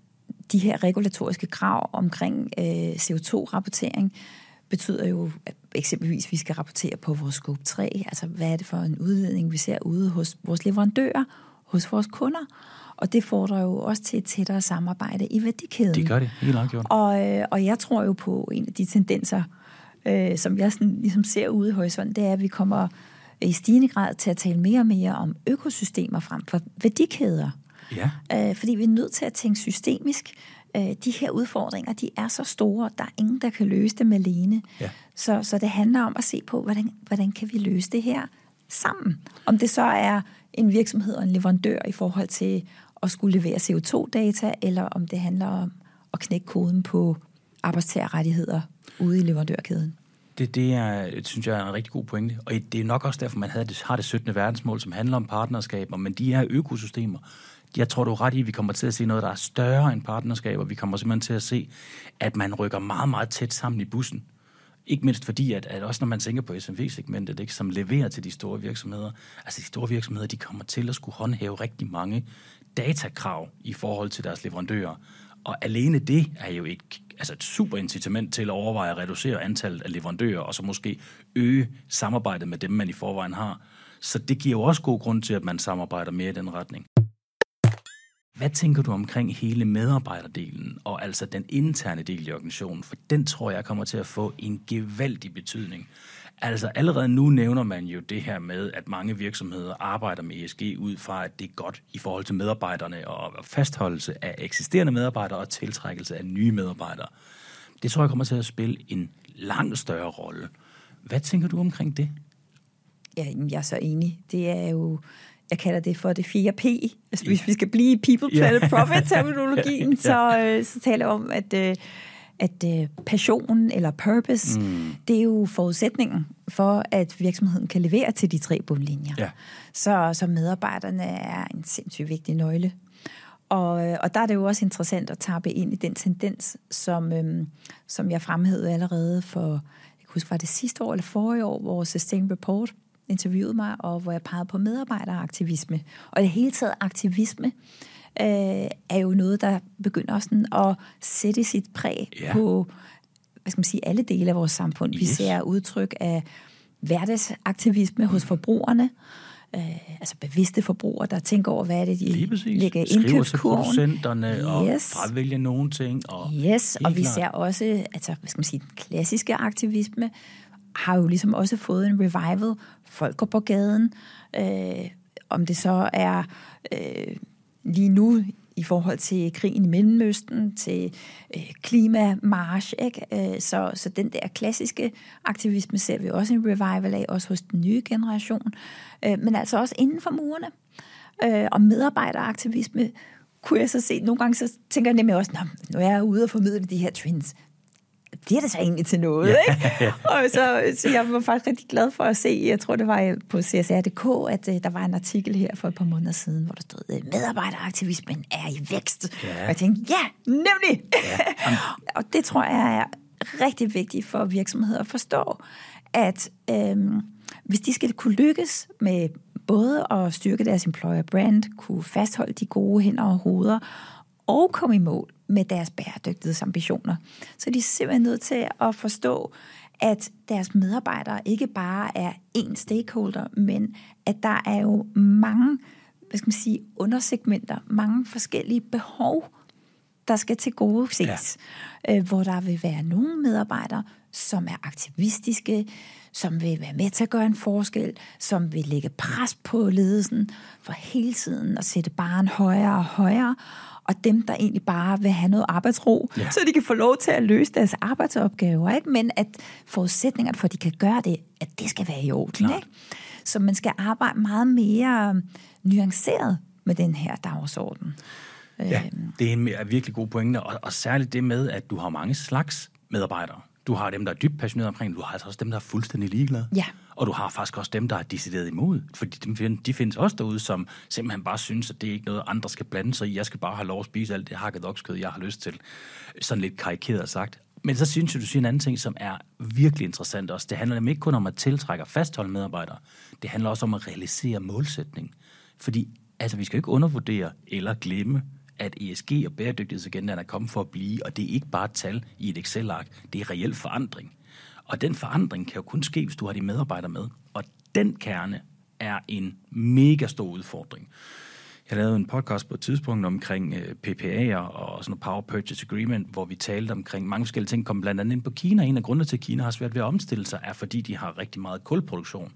de her regulatoriske krav omkring øh, C O to rapportering betyder jo at eksempelvis, at vi skal rapportere på vores scope tre, altså hvad er det for en udledning, vi ser ude hos vores leverandører, hos vores kunder. Og det fordrer jo også til et tættere samarbejde i værdikæden. Det gør det, helt afgjort. Og, øh, og jeg tror jo på en af de tendenser, øh, som jeg sådan, ligesom ser ude i horisonten, det er, at vi kommer i stigende grad til at tale mere og mere om økosystemer frem for værdikæder. Ja. Øh, fordi vi er nødt til at tænke systemisk øh, de her udfordringer, de er så store, der er ingen, der kan løse dem alene. Ja. Så, så det handler om at se på, hvordan, hvordan kan vi løse det her sammen. Om det så er en virksomhed og en leverandør i forhold til at skulle levere C O to data, eller om det handler om at knække koden på arbejdstagerrettigheder ude i leverandørkæden. Det, det er, synes jeg er en rigtig god pointe, og det er nok også derfor, man havde det, har det syttende verdensmål, som handler om partnerskaber, men de er økosystemer. Jeg tror, du er ret i, at vi kommer til at se noget, der er større end partnerskaber. Vi kommer simpelthen til at se, at man rykker meget, meget tæt sammen i bussen. Ikke mindst fordi, at, at også når man tænker på S M V-segmentet, ikke, som leverer til de store virksomheder, altså de store virksomheder, de kommer til at skulle håndhæve rigtig mange datakrav i forhold til deres leverandører. Og alene det er jo et, altså et super incitament til at overveje at reducere antallet af leverandører, og så måske øge samarbejdet med dem, man i forvejen har. Så det giver jo også god grund til, at man samarbejder mere i den retning. Hvad tænker du omkring hele medarbejderdelen, og altså den interne del i organisationen? For den tror jeg kommer til at få en gevaldig betydning. Altså allerede nu nævner man jo det her med, at mange virksomheder arbejder med E S G ud fra, at det er godt i forhold til medarbejderne og fastholdelse af eksisterende medarbejdere og tiltrækkelse af nye medarbejdere. Det tror jeg kommer til at spille en langt større rolle. Hvad tænker du omkring det? Ja, jeg er så enig. Det er jo, jeg kalder det for det fire P. Altså, hvis vi skal blive i People, Planet, Profit-terminologien, ja. så, så taler jeg om, at at øh, passion eller purpose, mm. det er jo forudsætningen for, at virksomheden kan levere til de tre bundlinjer. Ja. Så, så medarbejderne er en sindssygt vigtig nøgle. Og, og der er det jo også interessant at tappe ind i den tendens, som, øhm, som jeg fremhævede allerede for, jeg kan huske, var det sidste år eller forrige år, hvor Sustain Report interviewede mig, og hvor jeg pegede på medarbejderaktivisme. Og det hele taget aktivisme Øh, er jo noget, der begynder sådan at sætte sit præg ja. på, hvad skal man sige, alle dele af vores samfund. Yes. Vi ser udtryk af hverdagsaktivisme hos forbrugerne, øh, altså bevidste forbrugere, der tænker over, hvad er det, de lægger i indkøbskurven. Skriver til producenterne yes. og fravælger nogle ting. Og yes, og vi klart. ser også, altså, hvad skal man sige, den klassiske aktivisme har jo ligesom også fået en revival. Folk går på gaden, øh, om det så er Øh, lige nu i forhold til krigen i Mellemøsten, til øh, klimamarch, ikke? Øh, så, så den der klassiske aktivisme ser vi også en revival af, også hos den nye generation, øh, men altså også inden for murene. Øh, og medarbejderaktivisme kunne jeg så se, nogle gange så tænker jeg nemlig også, nu er jeg ude og formidle de her trends, bliver det så egentlig til noget, ja, ikke? Ja. Og så, så jeg var faktisk rigtig glad for at se, jeg tror det var på C S R punktum d k, at uh, der var en artikel her for et par måneder siden, hvor der stod, medarbejderaktivismen er i vækst. Ja. Og jeg tænkte, ja, nemlig! Ja. Og det tror jeg er rigtig vigtigt for virksomheder at forstå, at øhm, hvis de skal kunne lykkes med både at styrke deres employer brand, kunne fastholde de gode hænder og hoveder, og komme i mål med deres bæredygtighedsambitioner. Så de er simpelthen nødt til at forstå, at deres medarbejdere ikke bare er én stakeholder, men at der er jo mange, hvad skal man sige, undersegmenter, mange forskellige behov, der skal tilgodeses. Ja. Hvor der vil være nogle medarbejdere, som er aktivistiske, som vil være med til at gøre en forskel, som vil lægge pres på ledelsen for hele tiden at sætte barren højere og højere, og dem, der egentlig bare vil have noget arbejdsro, ja. så de kan få lov til at løse deres arbejdsopgaver, ikke? Men at forudsætningerne for, at de kan gøre det, at det skal være i orden. Ikke? Så man skal arbejde meget mere nuanceret med den her dagsorden. Ja, det er en virkelig god pointe, og, og særligt det med, at du har mange slags medarbejdere. Du har dem, der er dybt passionerede omkring, du har altså også dem, der er fuldstændig ligeglade. Ja. Og du har faktisk også dem, der er decideret imod. Fordi de, de findes også derude, som simpelthen bare synes, at det er ikke noget, andre skal blande sig i. Jeg skal bare have lov at spise alt det hakket oksekød, jeg har lyst til. Sådan lidt karikeret sagt. Men så synes jeg, du siger en anden ting, som er virkelig interessant også. Det handler nemlig ikke kun om at tiltrække og fastholde medarbejdere. Det handler også om at realisere målsætning. Fordi altså, vi skal jo ikke undervurdere eller glemme, at E S G og bæredygtighedsagendaen er kommet for at blive, og det er ikke bare et tal i et Excel-ark, det er reel forandring. Og den forandring kan jo kun ske, hvis du har de medarbejdere med. Og den kerne er en mega stor udfordring. Jeg lavede en podcast på et tidspunkt omkring P P A'er og sådan noget Power Purchase Agreement, hvor vi talte omkring mange forskellige ting, kom blandt andet ind på Kina. En af grundene til, at Kina har svært ved at omstille sig, er fordi de har rigtig meget kulproduktion.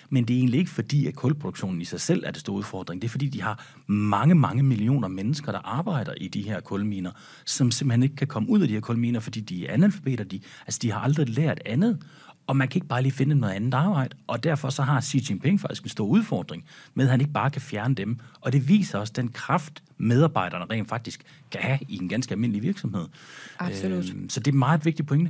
Men det er egentlig ikke fordi, at kulproduktionen i sig selv er det store udfordring. Det er fordi, de har mange, mange millioner mennesker, der arbejder i de her kulminer, som simpelthen ikke kan komme ud af de her kulminer, fordi de er analfabeter. De, altså, de har aldrig lært andet. Og man kan ikke bare lige finde noget andet arbejde. Og derfor så har Xi Jinping faktisk en stor udfordring med, at han ikke bare kan fjerne dem. Og det viser også den kraft, medarbejderne rent faktisk kan have i en ganske almindelig virksomhed. Absolut. Øh, så det er en meget vigtig pointe.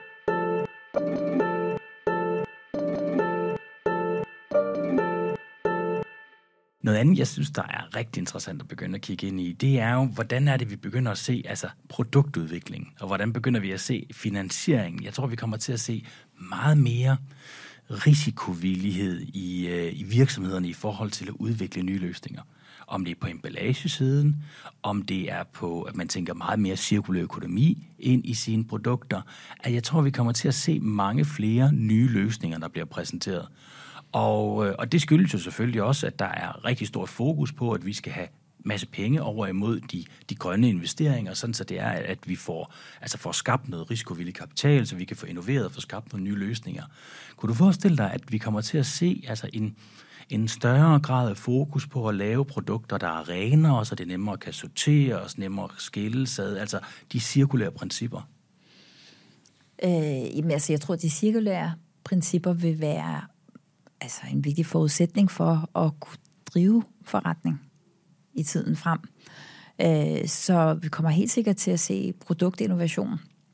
Noget andet, jeg synes, der er rigtig interessant at begynde at kigge ind i, det er jo, hvordan er det, vi begynder at se altså produktudvikling, og hvordan begynder vi at se finansiering. Jeg tror, vi kommer til at se meget mere risikovillighed i, øh, i virksomhederne i forhold til at udvikle nye løsninger. Om det er på emballagesiden, om det er på, at man tænker meget mere cirkulær økonomi ind i sine produkter. At jeg tror, vi kommer til at se mange flere nye løsninger, der bliver præsenteret. Og, og det skyldes jo selvfølgelig også, at der er rigtig stort fokus på, at vi skal have masse penge over imod de, de grønne investeringer, sådan så det er, at vi får, altså får skabt noget risikovillig kapital, så vi kan få innoveret og få skabt nogle nye løsninger. Kunne du forestille dig, at vi kommer til at se altså en, en større grad af fokus på at lave produkter, der er renere, så det nemmere kan sorteres, nemmere skilles ad, altså de cirkulære principper? Øh, jamen altså, jeg tror, at de cirkulære principper vil være altså en vigtig forudsætning for at kunne drive forretning i tiden frem. Så vi kommer helt sikkert til at se produktinnovation.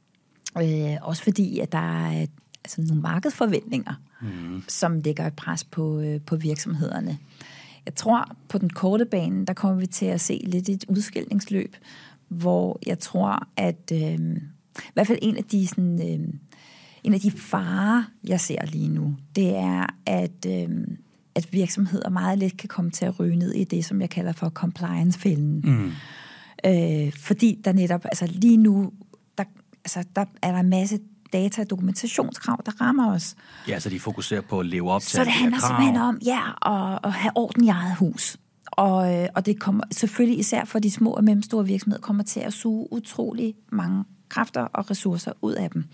Også fordi, at der er altså nogle markedsforventninger, mm. som lægger et pres på, på virksomhederne. Jeg tror, på den korte bane, der kommer vi til at se lidt et udskillingsløb, hvor jeg tror, at øh, i hvert fald en af de sådan, øh, En af de farer, jeg ser lige nu, det er, at, øh, at virksomheder meget let kan komme til at ryge ned i det, som jeg kalder for compliance-fælden. Mm. Øh, fordi der netop, altså lige nu, der, altså, der er der en masse data- og dokumentationskrav, der rammer os. Ja, så de fokuserer på at leve op til Så det handler simpelthen om, ja, at, at have orden i eget hus. Og, og det kommer selvfølgelig især for de små og mellemstore virksomheder, kommer til at suge utrolig mange kræfter og ressourcer ud af dem.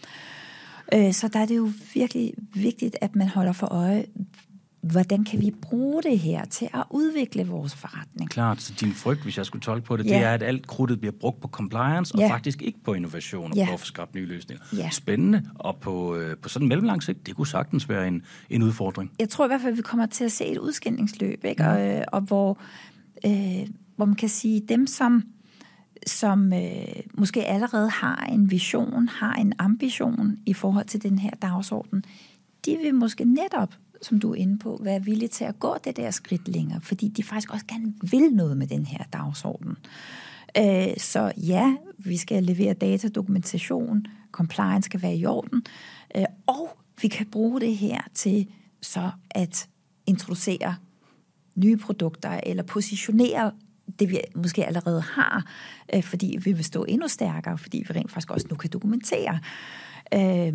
Så der er det jo virkelig vigtigt, at man holder for øje, hvordan kan vi bruge det her til at udvikle vores forretning. Klart, så din frygt, hvis jeg skulle tolke på det, ja. det er, at alt krudtet bliver brugt på compliance, og ja. faktisk ikke på innovation og ja. på at få skabt nye løsninger. Ja. Spændende, og på, øh, på sådan en mellemlang sigt, det kunne sagtens være en, en udfordring. Jeg tror i hvert fald, at vi kommer til at se et udskillingsløb, ikke? Ja. Og, og hvor, øh, hvor man kan sige, dem som som øh, måske allerede har en vision, har en ambition i forhold til den her dagsorden, de vil måske netop, som du er inde på, være villige til at gå det der skridt længere, fordi de faktisk også gerne vil noget med den her dagsorden. Øh, så ja, vi skal levere data, dokumentation, compliance skal være i orden, øh, og vi kan bruge det her til så at introducere nye produkter eller positionere det vi måske allerede har, øh, fordi vi vil stå endnu stærkere, fordi vi rent faktisk også nu kan dokumentere. Øh,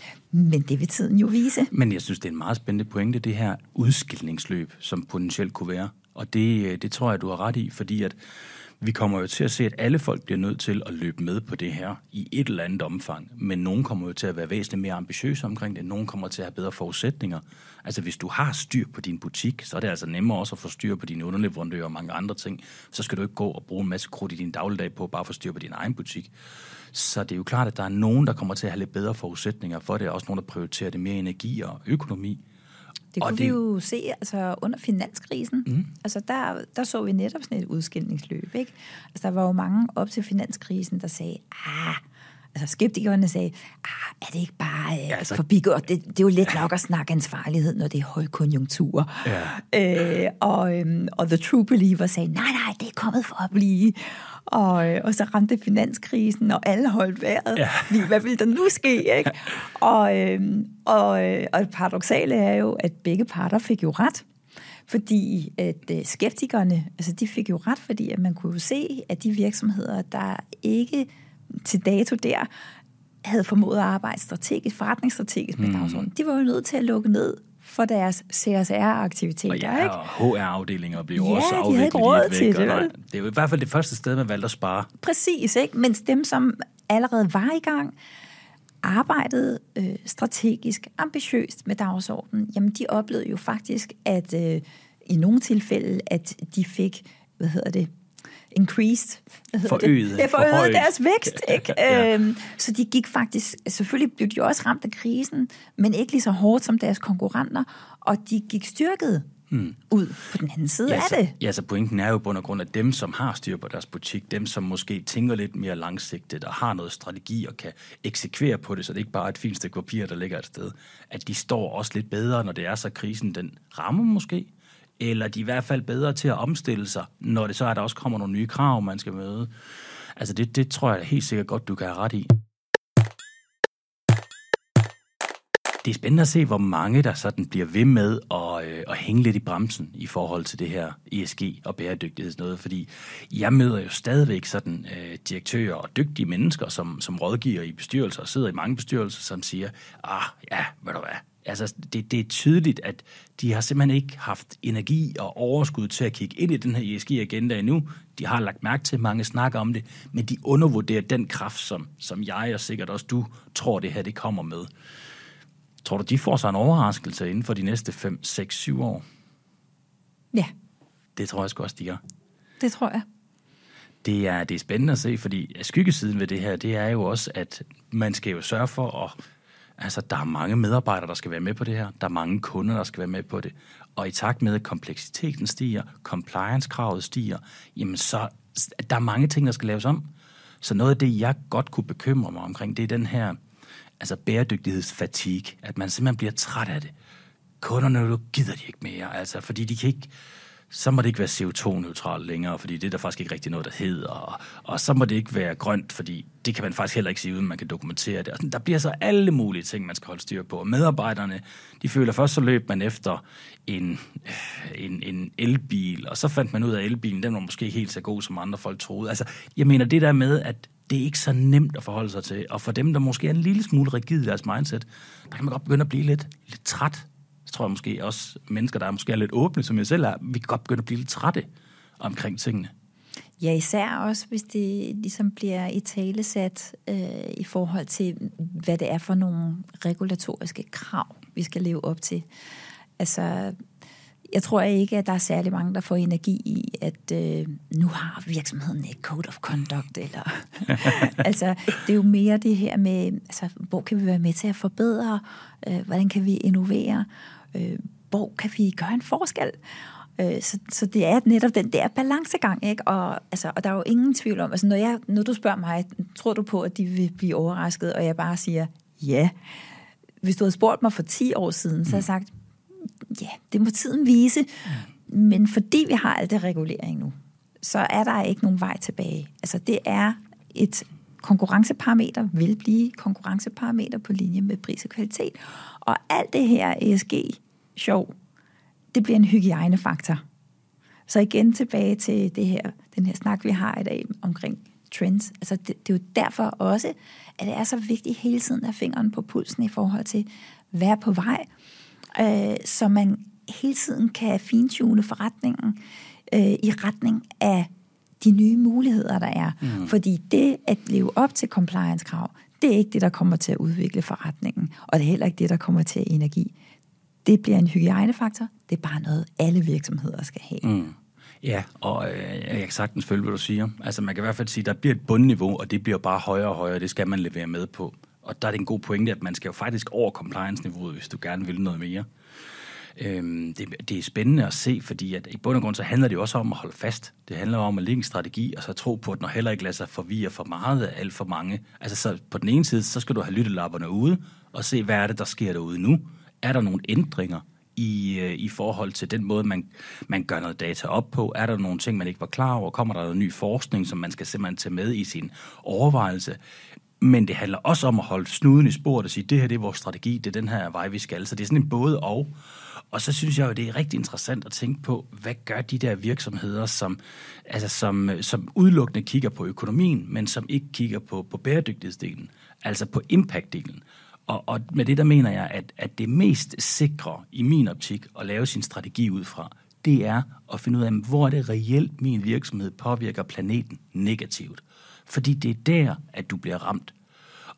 men det vil tiden jo vise. Men jeg synes, det er en meget spændende pointe, det her udskillingsløb, som potentielt kunne være. Og det, det tror jeg, du har ret i, fordi at vi kommer jo til at se, at alle folk bliver nødt til at løbe med på det her i et eller andet omfang, men nogen kommer jo til at være væsentligt mere ambitiøse omkring det, nogen kommer til at have bedre forudsætninger. Altså hvis du har styr på din butik, så er det altså nemmere også at få styr på dine underleverandører og mange andre ting. Så skal du ikke gå og bruge en masse krudt i din dagligdag på bare at få styr på din egen butik. Så det er jo klart, at der er nogen, der kommer til at have lidt bedre forudsætninger for det, og også nogen, der prioriterer det mere energi og økonomi. Det kunne det... vi jo se altså under finanskrisen. Mm. Altså der, der så vi netop sådan et udskillingsløb, ikke? Altså der var jo mange op til finanskrisen, der sagde, ah, altså skeptikerne sagde, ah, er det ikke bare øh, ja, altså... forbigået? Det, det er jo let nok at snakke ansvarlighed, når det er højkonjunktur. Ja. Øh, og, øhm, og the true believer sagde, nej, nej, det er kommet for at blive. Og, og så ramte finanskrisen, og alle holdt vejret. Ja. Fordi, hvad vil der nu ske, ikke? og, øhm, og, og det paradoksale er jo, at begge parter fik jo ret. Fordi at øh, skeptikerne, altså de fik jo ret, fordi at man kunne jo se, at de virksomheder, der ikke til dato der havde formået at arbejde strategisk, forretningsstrategisk med mm. dagsordenen, de var jo nødt til at lukke ned for deres C S R-aktiviteter, og ja, ikke? Og H R-afdelinger blev ja, også afviklet. Ja, de havde ikke råd til det. Nej, det er jo i hvert fald det første sted, man valgte at spare. Præcis, ikke? Mens dem, som allerede var i gang, arbejdede øh, strategisk, ambitiøst med dagsordenen, jamen de oplevede jo faktisk, at øh, i nogle tilfælde, at de fik, hvad hedder det, increased, forøget, det, det forøget forhøjet. deres vækst, ikke? Ja. Øhm, så de gik faktisk, selvfølgelig blev de også ramt af krisen, men ikke lige så hårdt som deres konkurrenter, og de gik styrket hmm. ud på den anden side ja, af så, det. Ja, så pointen er jo på grund af dem, som har styr på deres butik, dem, som måske tænker lidt mere langsigtet og har noget strategi og kan eksekvere på det, så det ikke bare er et fint stykke papir, der ligger et sted, at de står også lidt bedre, når det er så krisen, den rammer måske, eller de er i hvert fald bedre til at omstille sig, når det så er, at der også kommer nogle nye krav, man skal møde. Altså det, det tror jeg helt sikkert godt, du kan have ret i. Det er spændende at se, hvor mange der sådan bliver ved med at, øh, at hænge lidt i bremsen i forhold til det her E S G og bæredygtighedsnøde, fordi jeg møder jo stadigvæk sådan øh, direktører og dygtige mennesker, som, som rådgiver i bestyrelser og sidder i mange bestyrelser, som siger, ah ja, ved du hvad, altså det, det er tydeligt, at de har simpelthen ikke haft energi og overskud til at kigge ind i den her E S G-agenda endnu. De har lagt mærke til, mange snakker om det, men de undervurderer den kraft, som, som jeg og sikkert også du tror, det her det kommer med. Tror du, de får sig en overraskelse inden for de næste fem, seks, syv år? Ja. Det tror jeg sgu også, de gør. Det tror jeg. Det er, det er spændende at se, fordi skyggesiden ved det her, det er jo også, at man skal jo sørge for, at altså, der er mange medarbejdere, der skal være med på det her. Der er mange kunder, der skal være med på det. Og i takt med, at kompleksiteten stiger, compliance-kravet stiger, jamen så der er mange ting, der skal laves om. Så noget af det, jeg godt kunne bekymre mig omkring, det er den her altså bæredygtighedsfatigue, at man simpelthen bliver træt af det. Kunderne, nu gider de ikke mere, altså, fordi de kan ikke, så må det ikke være C O to neutralt længere, fordi det er der faktisk ikke rigtig noget, der hedder, og, og så må det ikke være grønt, fordi det kan man faktisk heller ikke sige, uden man kan dokumentere det. Og der bliver så alle mulige ting, man skal holde styr på. Og medarbejderne, de føler først, så løb man efter en, en, en elbil, og så fandt man ud af, at elbilen, den var måske ikke helt så god, som andre folk troede. Altså, jeg mener det der med, at det er ikke så nemt at forholde sig til, og for dem, der måske er en lille smule rigid i deres mindset, der kan man godt begynde at blive lidt, lidt træt. Så tror jeg måske også, mennesker, der er måske er lidt åbne, som jeg selv er, vi kan godt begynde at blive lidt trætte omkring tingene. Ja, især også, hvis det ligesom bliver i talesat øh, i forhold til, hvad det er for nogle regulatoriske krav, vi skal leve op til. Altså, jeg tror ikke, at der er særlig mange, der får energi i, at øh, nu har virksomheden et code of conduct, eller altså, det er jo mere det her med, altså, hvor kan vi være med til at forbedre, øh, hvordan kan vi innovere, øh, hvor kan vi gøre en forskel. Øh, så, så det er netop den der balancegang, ikke? Og, altså, og der er jo ingen tvivl om, altså, når, jeg, når du spørger mig, tror du på, at de vil blive overrasket, og jeg bare siger, ja. Hvis du havde spurgt mig for ti år siden, så har jeg sagt, ja, det må tiden vise, mm. men fordi vi har alt det regulering nu, så er der ikke nogen vej tilbage. Altså det er et konkurrenceparameter, vil blive konkurrenceparameter på linje med pris og kvalitet. Og alt det her E S G-sjov, det bliver en hygiejnefaktor. Så igen tilbage til det her, den her snak, vi har i dag omkring trends. Altså det, det er jo derfor også, at det er så vigtigt hele tiden at have fingeren på pulsen i forhold til, hvad er på vej, Øh, så man hele tiden kan fintune forretningen øh, i retning af de nye muligheder, der er. Mm. Fordi det at leve op til compliance-krav, det er ikke det, der kommer til at udvikle forretningen, og det er heller ikke det, der kommer til energi. Det bliver en hygiejnefaktor. Det er bare noget, alle virksomheder skal have. Mm. Ja, og øh, jeg kan sagtens følge, hvad du siger. Altså man kan i hvert fald sige, at der bliver et bundniveau, og det bliver bare højere og højere. Det skal man levere med på. Og der er det en god pointe, at man skal jo faktisk over compliance-niveauet, hvis du gerne vil noget mere. Øhm, det, det er spændende at se, fordi at i bund og grund så handler det jo også om at holde fast. Det handler om at lægge en strategi, og så tro på, at når heller ikke lader sig forvirre for meget af alt for mange. Altså så på den ene side, så skal du have lyttelapperne ude, og se, hvad er det, der sker derude nu. Er der nogle ændringer i, øh, i forhold til den måde, man, man gør noget data op på? Er der nogle ting, man ikke var klar over? Kommer der noget ny forskning, som man skal simpelthen tage med i sin overvejelse? Men det handler også om at holde snuden i sporet og sige, det her det er vores strategi, det er den her vej, vi skal. Så det er sådan en både og. Og så synes jeg jo, det er rigtig interessant at tænke på, hvad gør de der virksomheder, som, altså som, som udelukkende kigger på økonomien, men som ikke kigger på, på bæredygtighedsdelen, altså på impact-delen. Og, og med det der mener jeg, at, at det mest sikre i min optik at lave sin strategi ud fra, det er at finde ud af, hvor er det reelt min virksomhed påvirker planeten negativt. Fordi det er der, at du bliver ramt.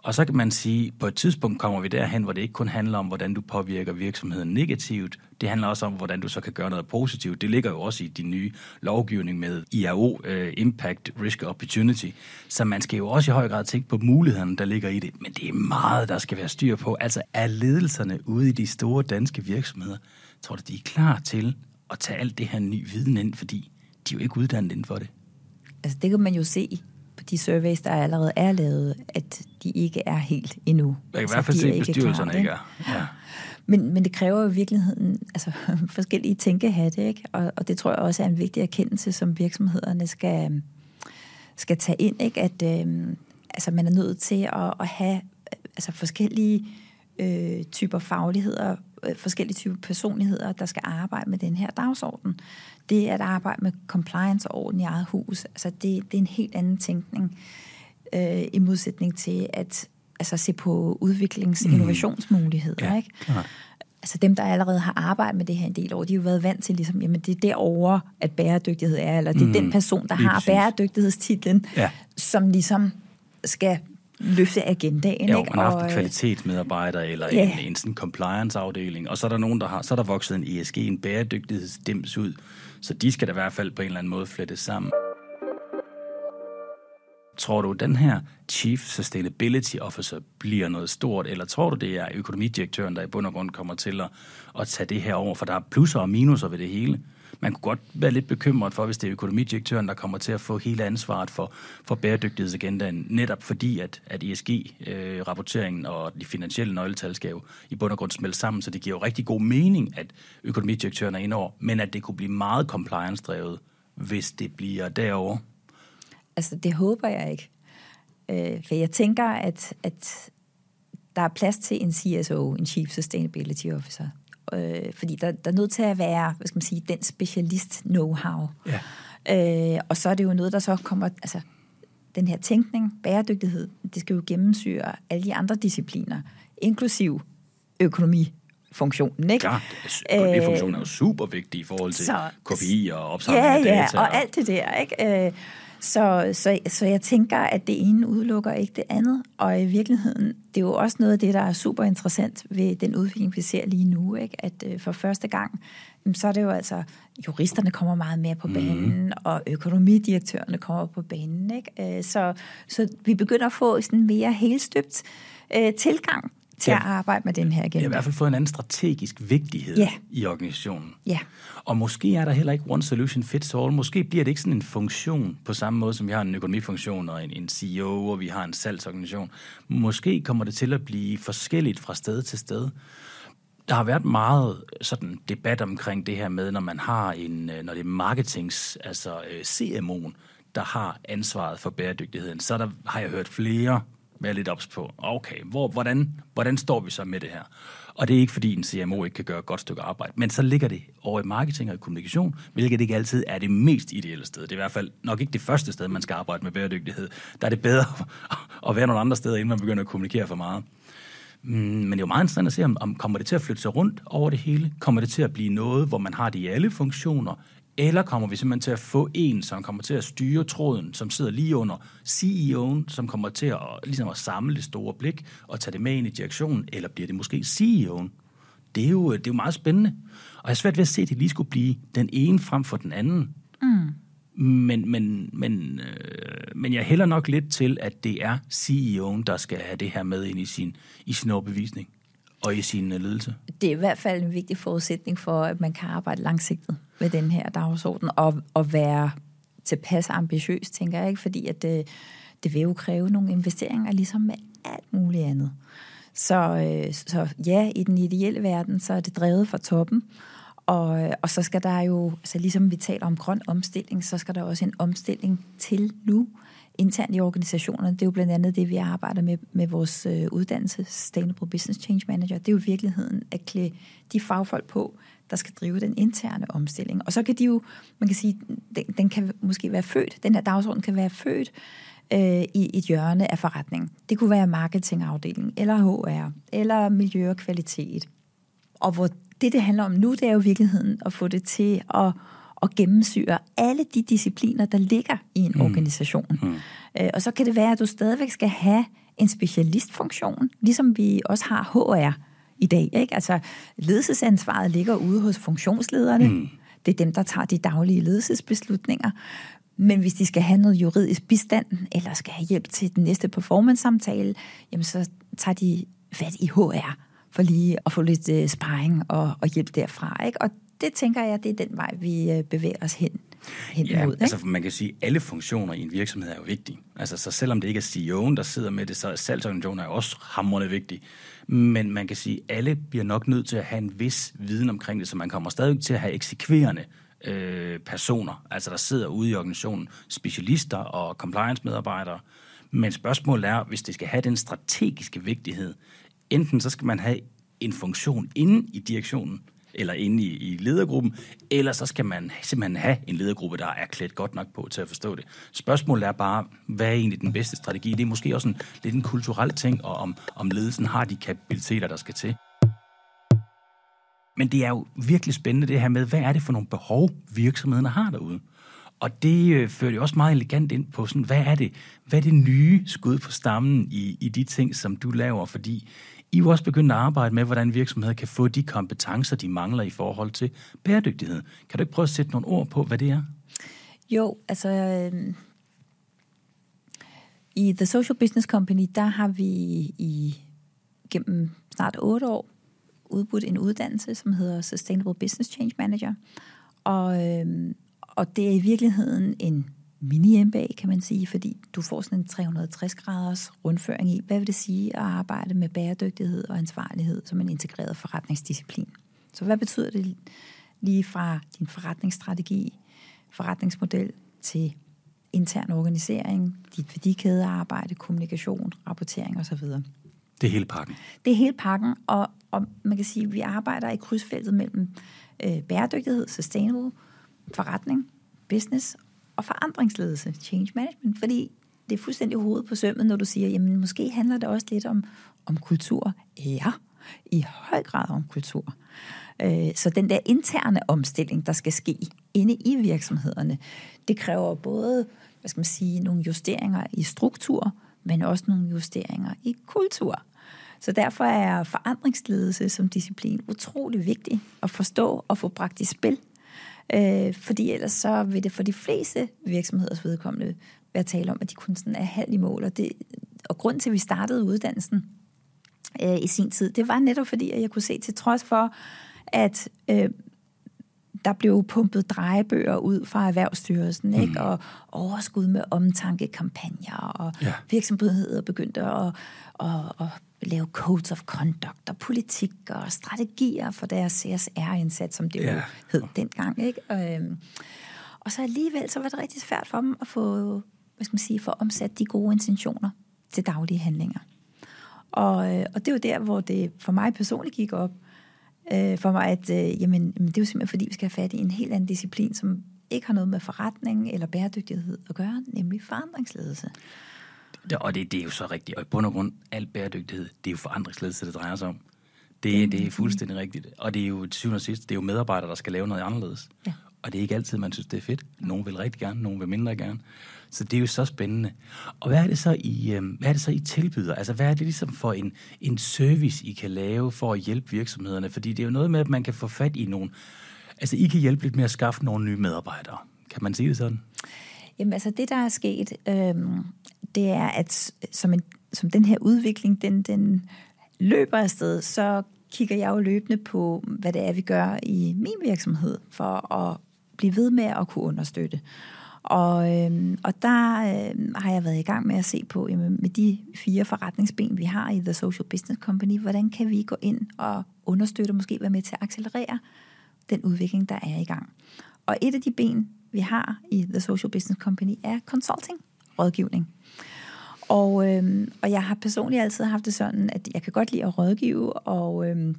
Og så kan man sige, at på et tidspunkt kommer vi derhen, hvor det ikke kun handler om, hvordan du påvirker virksomheden negativt. Det handler også om, hvordan du så kan gøre noget positivt. Det ligger jo også i de nye lovgivning med I R O, uh, Impact, Risk og Opportunity. Så man skal jo også i høj grad tænke på mulighederne, der ligger i det. Men det er meget, der skal være styr på. Altså er ledelserne ude i de store danske virksomheder, tror du, de er klar til at tage alt det her ny viden ind, fordi de er jo ikke uddannet inden for det? Altså det kan man jo se på de surveys, der allerede er lavet, at de ikke er helt endnu. Jeg kan altså, i hvert fald se, at bestyrelserne klar, ikke er. Ja. Men, men det kræver jo i virkeligheden altså, forskellige tænkehatte, ikke? Og, og det tror jeg også er en vigtig erkendelse, som virksomhederne skal, skal tage ind, ikke? At øh, altså, man er nødt til at, at have altså, forskellige øh, typer fagligheder, øh, forskellige typer personligheder, der skal arbejde med den her dagsorden. Det at arbejde med compliance og orden i eget hus, altså det, det er en helt anden tænkning øh, i modsætning til at altså, se på udviklings- og mm. innovationsmuligheder. Ja, ikke? Altså dem, der allerede har arbejdet med det her en del år, de har jo været vant til, ligesom, jamen det er derovre, at bæredygtighed er, eller det er mm. den person, der Lige har præcis. bæredygtighedstitlen, ja. som ligesom skal løfte agendaen. Ja, ikke? man har haft og, en kvalitetsmedarbejder eller ja. en, en sådan compliance-afdeling, og så er der nogen, der har, så er der vokset en E S G, en bæredygtighedsdims ud, så de skal da i hvert fald på en eller anden måde flettes sammen. Tror du, den her Chief Sustainability Officer bliver noget stort, eller tror du, det er økonomidirektøren, der i bund og grund kommer til at, at tage det her over, for der er plusser og minuser ved det hele? Man kunne godt være lidt bekymret for, hvis det er økonomidirektøren, der kommer til at få hele ansvaret for, for bæredygtighedsagendaen, netop fordi, at, at E S G-rapporteringen øh, og de finansielle nøgletal skal jo i bund og grund smelte sammen, så det giver jo rigtig god mening, at økonomidirektøren er indover, men at det kunne blive meget compliance-drevet, hvis det bliver derovre. Altså, det håber jeg ikke. Øh, for jeg tænker, at, at der er plads til en C S O, en Chief Sustainability Officer. Øh, fordi der, der er nødt til at være, hvad skal man sige, den specialist know-how. Ja. Øh, og så er det jo noget, der så kommer, altså den her tænkning, bæredygtighed, det skal jo gennemsyre alle de andre discipliner, inklusiv økonomifunktionen, ikke? Ja, økonomifunktionen er jo super vigtig i forhold til så, K P I og opsamling ja, af data. Ja, og alt det der, ikke? Øh, Så, så, så jeg tænker, at det ene udelukker ikke det andet, og i virkeligheden, det er jo også noget af det, der er super interessant ved den udvikling, vi ser lige nu, ikke? At øh, for første gang, så er det jo altså, juristerne kommer meget mere på banen, mm. og økonomidirektørerne kommer på banen, ikke? Så, så vi begynder at få sådan en mere helstøbt øh, tilgang til ja. at arbejde med den her agenda. Det har i hvert fald fået en anden strategisk vigtighed ja. i organisationen. Ja. Og måske er der heller ikke one solution fits all. Måske bliver det ikke sådan en funktion på samme måde, som vi har en økonomifunktion og en, en C E O, og vi har en salgsorganisation. Måske kommer det til at blive forskelligt fra sted til sted. Der har været meget sådan debat omkring det her med, når man har en, når det er marketings, altså C M O'en, der har ansvaret for bæredygtigheden. Så der har jeg hørt flere være lidt ops på, okay, hvor, hvordan, hvordan står vi så med det her? Og det er ikke, fordi en C M O ikke kan gøre et godt stykke arbejde, men så ligger det over i marketing og i kommunikation, hvilket ikke altid er det mest ideelle sted. Det er i hvert fald nok ikke det første sted, man skal arbejde med bæredygtighed. Der er det bedre at være nogle andre steder, inden man begynder at kommunikere for meget. Men det er jo meget interessant at se, om, om kommer det til at flytte sig rundt over det hele? Kommer det til at blive noget, hvor man har det i alle funktioner? Eller kommer vi simpelthen til at få en, som kommer til at styre tråden, som sidder lige under C E O'en, som kommer til at, ligesom at samle det store blik og tage det med ind i direktionen? Eller bliver det måske C E O'en? Det er jo, det er jo meget spændende. Og jeg er svært ved at se, at det lige skulle blive den ene frem for den anden. Mm. Men, men, men, øh, men jeg hælder nok lidt til, at det er C E O'en, der skal have det her med ind i sin, i sin overbevisning og i sin uh, ledelse. Det er i hvert fald en vigtig forudsætning for, at man kan arbejde langsigtet med den her dagsorden og, og være tilpas ambitiøs, tænker jeg, ikke? Fordi at det, det vil jo kræve nogle investeringer, ligesom med alt muligt andet. Så, øh, så ja, i den ideelle verden, så er det drevet fra toppen. Og, og så skal der jo, altså ligesom vi taler om grøn omstilling, så skal der også en omstilling til nu, internt i organisationerne. Det er jo blandt andet det, vi arbejder med med vores øh, uddannelse, Sustainable Business Change Manager. Det er jo i virkeligheden at klæde de fagfolk på, der skal drive den interne omstilling. Og så kan de jo, man kan sige, den, den kan måske være født, den her dagsorden kan være født øh, i et hjørne af forretningen. Det kunne være marketingafdeling, eller H R, eller miljø og kvalitet. Og hvor det, det handler om nu, det er jo i virkeligheden at få det til at, at gennemsyre alle de discipliner, der ligger i en mm. organisation. Mm. Øh, og så kan det være, at du stadigvæk skal have en specialistfunktion, ligesom vi også har H R i dag. Ikke? Altså, ledelsesansvaret ligger ude hos funktionslederne. Mm. Det er dem, der tager de daglige ledelsesbeslutninger. Men hvis de skal have noget juridisk bistand, eller skal have hjælp til den næste performance-samtale, jamen så tager de fat i H R for lige at få lidt uh, sparring og, og hjælp derfra. Ikke? Og det tænker jeg, det er den vej, vi uh, bevæger os hen. hen ja, imod, altså man kan sige, at alle funktioner i en virksomhed er jo vigtige. Altså, så selvom det ikke er C E O'en, der sidder med det, så er salgsorganisationen er jo også hamrende vigtig. Men man kan sige, at alle bliver nok nødt til at have en vis viden omkring det, så man kommer stadig til at have eksekverende øh, personer, altså der sidder ude i organisationen, specialister og compliance-medarbejdere. Men spørgsmålet er, hvis det skal have den strategiske vigtighed, enten så skal man have en funktion inde i direktionen, eller inde i, i ledergruppen, eller så skal man simpelthen have en ledergruppe, der er klædt godt nok på til at forstå det. Spørgsmålet er bare, hvad er egentlig den bedste strategi? Det er måske også en, lidt en kulturel ting, og om, om ledelsen har de kapabiliteter, der skal til. Men det er jo virkelig spændende det her med, hvad er det for nogle behov, virksomhederne har derude? Og det øh, fører jo også meget elegant ind på, sådan, hvad er det, hvad er det nye skud på stammen i, i de ting, som du laver? Fordi I er jo også begyndt at arbejde med, hvordan virksomheder kan få de kompetencer, de mangler i forhold til bæredygtighed. Kan du ikke prøve at sætte nogle ord på, hvad det er? Jo, altså øh, i The Social Business Company, der har vi i gennem snart otte år udbudt en uddannelse, som hedder Sustainable Business Change Manager. Og, øh, og det er i virkeligheden en mini-M B A, kan man sige, fordi du får sådan en tre hundrede og tres graders rundføring i, hvad vil det sige at arbejde med bæredygtighed og ansvarlighed som en integreret forretningsdisciplin. Så hvad betyder det lige fra din forretningsstrategi, forretningsmodel til intern organisering, dit værdikædearbejde, kommunikation, rapportering osv.? Det er hele pakken. Det er hele pakken, og, og man kan sige, at vi arbejder i krydsfeltet mellem øh, bæredygtighed, sustainable, forretning, business og forandringsledelse, change management, fordi det er fuldstændig hovedet på sømmet, når du siger, jamen måske handler det også lidt om, om kultur. Ja, i høj grad om kultur. Øh, så den der interne omstilling, der skal ske inde i virksomhederne, det kræver både, hvad skal man sige, nogle justeringer i struktur, men også nogle justeringer i kultur. Så derfor er forandringsledelse som disciplin utrolig vigtig at forstå og få bragt i spil. Øh, fordi ellers så vil det for de fleste virksomheders vedkommende være tale om, at de kun sådan er halv i mål. Og, det, og grunden til, at vi startede uddannelsen øh, i sin tid, det var netop fordi, at jeg kunne se til trods for, at øh, der blev pumpet drejebøger ud fra Erhvervsstyrelsen, mm. ikke? Og overskud med omtankekampagner, og ja. virksomheder begyndte at, at, at lave codes of conduct og politik og strategier for deres C S R-indsats, som det ja. jo hed dengang. Ikke? Og, øhm, og så alligevel så var det rigtig svært for dem at få, hvad skal man sige, få omsat de gode intentioner til daglige handlinger. Og, øh, og det er jo der, hvor det for mig personligt gik op, øh, for mig, at øh, jamen, det er jo simpelthen fordi, vi skal have fat i en helt anden disciplin, som ikke har noget med forretning eller bæredygtighed at gøre, nemlig forandringsledelse. Og det, det er jo så rigtigt. Og i bund og grund, al bæredygtighed, det er jo forandringsledelse, det drejer sig om. Det, det er fuldstændig rigtigt. Og det er jo til syvende og sidst, det er jo medarbejdere, der skal lave noget anderledes. Ja. Og det er ikke altid, man synes, det er fedt. Nogle vil rigtig gerne, nogle vil mindre gerne. Så det er jo så spændende. Og hvad er det så, I, hvad er det så, I tilbyder? Altså, hvad er det ligesom for en, en service, I kan lave for at hjælpe virksomhederne? Fordi det er jo noget med, at man kan få fat i nogle... Altså, I kan hjælpe lidt med at skaffe nogle nye medarbejdere. Kan man sige det sådan? Jamen, altså, det der er sket, øhm, det er, at som, en, som den her udvikling, den, den løber afsted, så kigger jeg jo løbende på, hvad det er, vi gør i min virksomhed, for at blive ved med at kunne understøtte. Og, øhm, og der øhm, har jeg været i gang med at se på, jamen, med de fire forretningsben, vi har i The Social Business Company, hvordan kan vi gå ind og understøtte, og måske være med til at accelerere den udvikling, der er i gang. Og et af de ben, vi har i The Social Business Company, er consulting, rådgivning. Og, øhm, og jeg har personligt altid haft det sådan, at jeg kan godt lide at rådgive, og, øhm,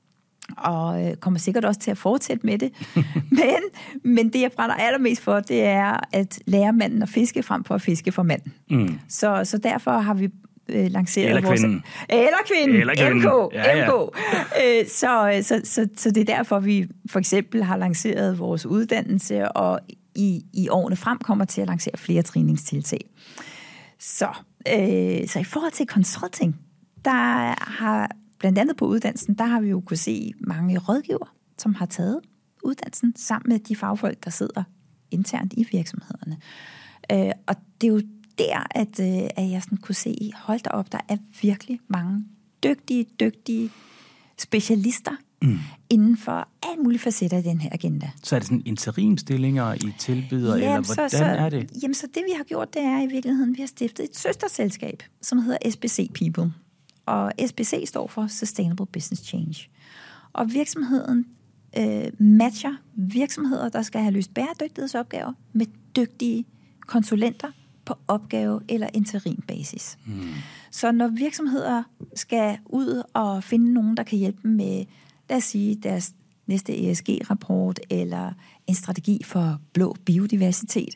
og øh, kommer sikkert også til at fortsætte med det. men, men det, jeg brænder allermest for, det er at lære manden at fiske, frem for at fiske for manden. Mm. Så, så derfor har vi øh, lanceret eller vores... Kvinden. Eller kvinden. Eller kvinden. M K. Ja, ja. M K. Øh, så, så, så, så det er derfor, vi for eksempel har lanceret vores uddannelse, og i, i årene frem kommer til at lancere flere træningstiltag. Så øh, så i forhold til consulting, der har blandt andet på uddannelsen, der har vi jo kunne se mange rådgivere, som har taget uddannelsen sammen med de fagfolk, der sidder internt i virksomhederne. Øh, og det er jo der, at, øh, at jeg sådan kunne se, hold da op, der er virkelig mange dygtige, dygtige specialister mm. inden for alle mulige facetter i den her agenda. Så er det sådan interimstillinger, I tilbyder, jamen, eller hvordan så, så, er det? Jamen, så det vi har gjort, det er i virkeligheden, vi har stiftet et søsterselskab, som hedder S B C People. Og S B C står for Sustainable Business Change. Og virksomheden øh, matcher virksomheder, der skal have løst bæredygtighedsopgaver, med dygtige konsulenter på opgave- eller interimbasis. Hmm. Så når virksomheder skal ud og finde nogen, der kan hjælpe dem med, lad os sige, deres næste E S G-rapport eller en strategi for blå biodiversitet,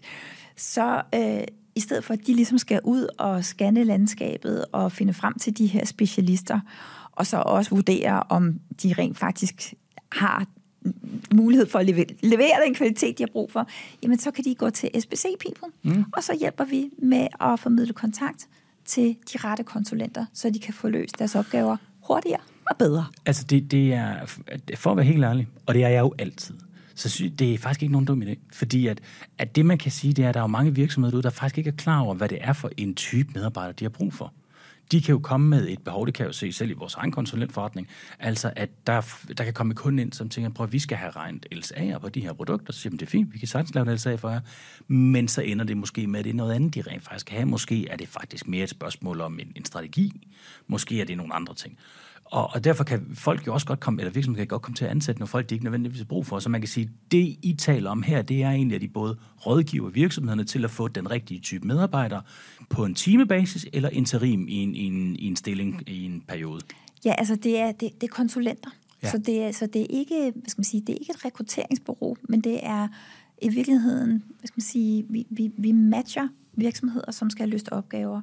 så øh, i stedet for, at de ligesom skal ud og scanne landskabet og finde frem til de her specialister, og så også vurdere, om de rent faktisk har mulighed for at levere den kvalitet, de har brug for, jamen så kan de gå til S B C People, mm. og så hjælper vi med at formidle kontakt til de rette konsulenter, så de kan få løst deres opgaver hurtigere og bedre. Altså det, det er, for at være helt ærlig, og det er jeg jo altid, så det er faktisk ikke nogen dum idé, fordi at, at det man kan sige, det er, at der er mange virksomheder derude, der faktisk ikke er klar over, hvad det er for en type medarbejder, de har brug for. De kan jo komme med et behov, det kan jo se selv i vores egen konsulentforretning, altså at der, der kan komme kunden ind, som tænker, prøv at vi skal have regnet L S A'er på de her produkter, så siger man, det er fint, vi kan sagtens lave en L S A for jer, men så ender det måske med, at det er noget andet, de rent faktisk kan have. Måske er det faktisk mere et spørgsmål om en, en strategi, måske er det nogle andre ting. Og, og derfor kan folk jo også godt komme, eller virksomheder kan godt komme til at ansætte nogle folk, de ikke nødvendigvis har brug for. Så man kan sige, det I taler om her, det er egentlig, at de både rådgiver virksomhederne til at få den rigtige type medarbejdere på en timebasis eller interim i en, i en, i en stilling i en periode. Ja, altså det er, det, det er konsulenter. Ja. Så, det er, så det er ikke, hvad skal man sige, det er ikke et rekrutteringsbureau, men det er i virkeligheden, hvad skal man sige, vi, vi, vi matcher virksomheder, som skal have løst opgaver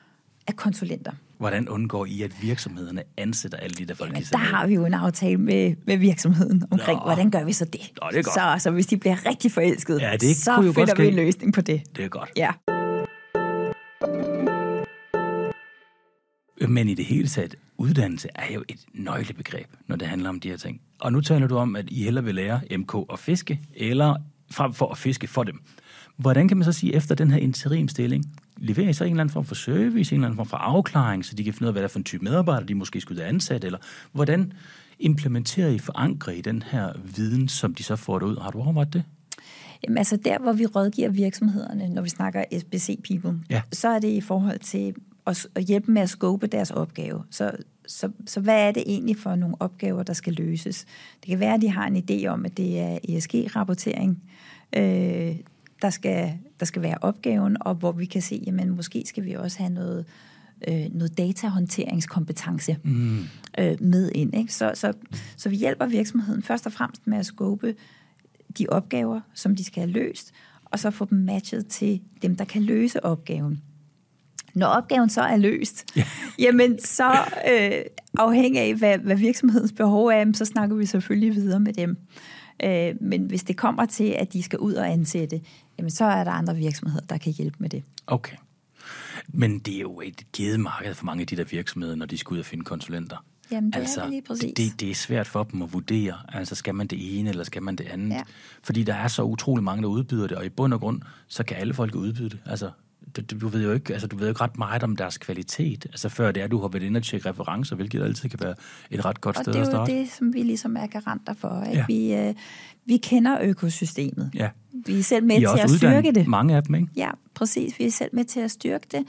af konsulenter. Hvordan undgår I, at virksomhederne ansætter alle de der folk? Jamen, der har vi jo en aftale med, med virksomheden omkring, Nå. hvordan gør vi så det? Nå, det er godt. Så, så hvis de bliver rigtig forelskede, ja, det så finder vi en løsning på det. Det er godt. Ja. Men i det hele taget, uddannelse er jo et nøglebegreb, når det handler om de her ting. Og nu taler du om, at I hellere vil lære M K at fiske, eller frem for at fiske for dem. Hvordan kan man så sige, efter den her interimstilling, leverer I så en eller anden form for service, en eller anden form for afklaring, så de kan finde ud af, hvad der er for en type medarbejder, de måske skulle have ansat, eller hvordan implementerer I forankrer I den her viden, som de så får det ud? Har du overvejet det? Jamen altså der, hvor vi rådgiver virksomhederne, når vi snakker S B C People, ja. så er det i forhold til at hjælpe med at scope deres opgave. Så, så, så hvad er det egentlig for nogle opgaver, der skal løses? Det kan være, at de har en idé om, at det er E S G-rapportering, øh, der skal, der skal være opgaven, og hvor vi kan se, jamen måske skal vi også have noget, øh, noget datahåndteringskompetence mm. øh, med ind. Ikke? Så, så, så vi hjælper virksomheden først og fremmest med at scope de opgaver, som de skal have løst, og så få dem matchet til dem, der kan løse opgaven. Når opgaven så er løst, yeah. jamen så øh, afhængig af, hvad, hvad virksomhedens behov er, så snakker vi selvfølgelig videre med dem. Øh, men hvis det kommer til, at de skal ud og ansætte, jamen så er der andre virksomheder, der kan hjælpe med det. Okay. Men det er jo et givet marked for mange af de der virksomheder, når de skal ud og finde konsulenter. Jamen, det altså, er lige præcis. Det, det, det er svært for dem at vurdere. Altså, skal man det ene, eller skal man det andet? Ja. Fordi der er så utrolig mange, der udbyder det, og i bund og grund, så kan alle folk udbyde det. Altså, du, du ved jo ikke, altså, du ved jo ikke ret meget om deres kvalitet. Altså, før det er, du har været inde og tjekke referencer, hvilket altid kan være et ret godt og sted at starte. Og det er jo det, som vi ligesom er garanter for. Ikke? Ja. Vi, øh, vi kender økosystemet. Ja. Vi er selv med til at styrke det. Mange af dem, ikke? Ja, præcis. Vi er selv med til at styrke det.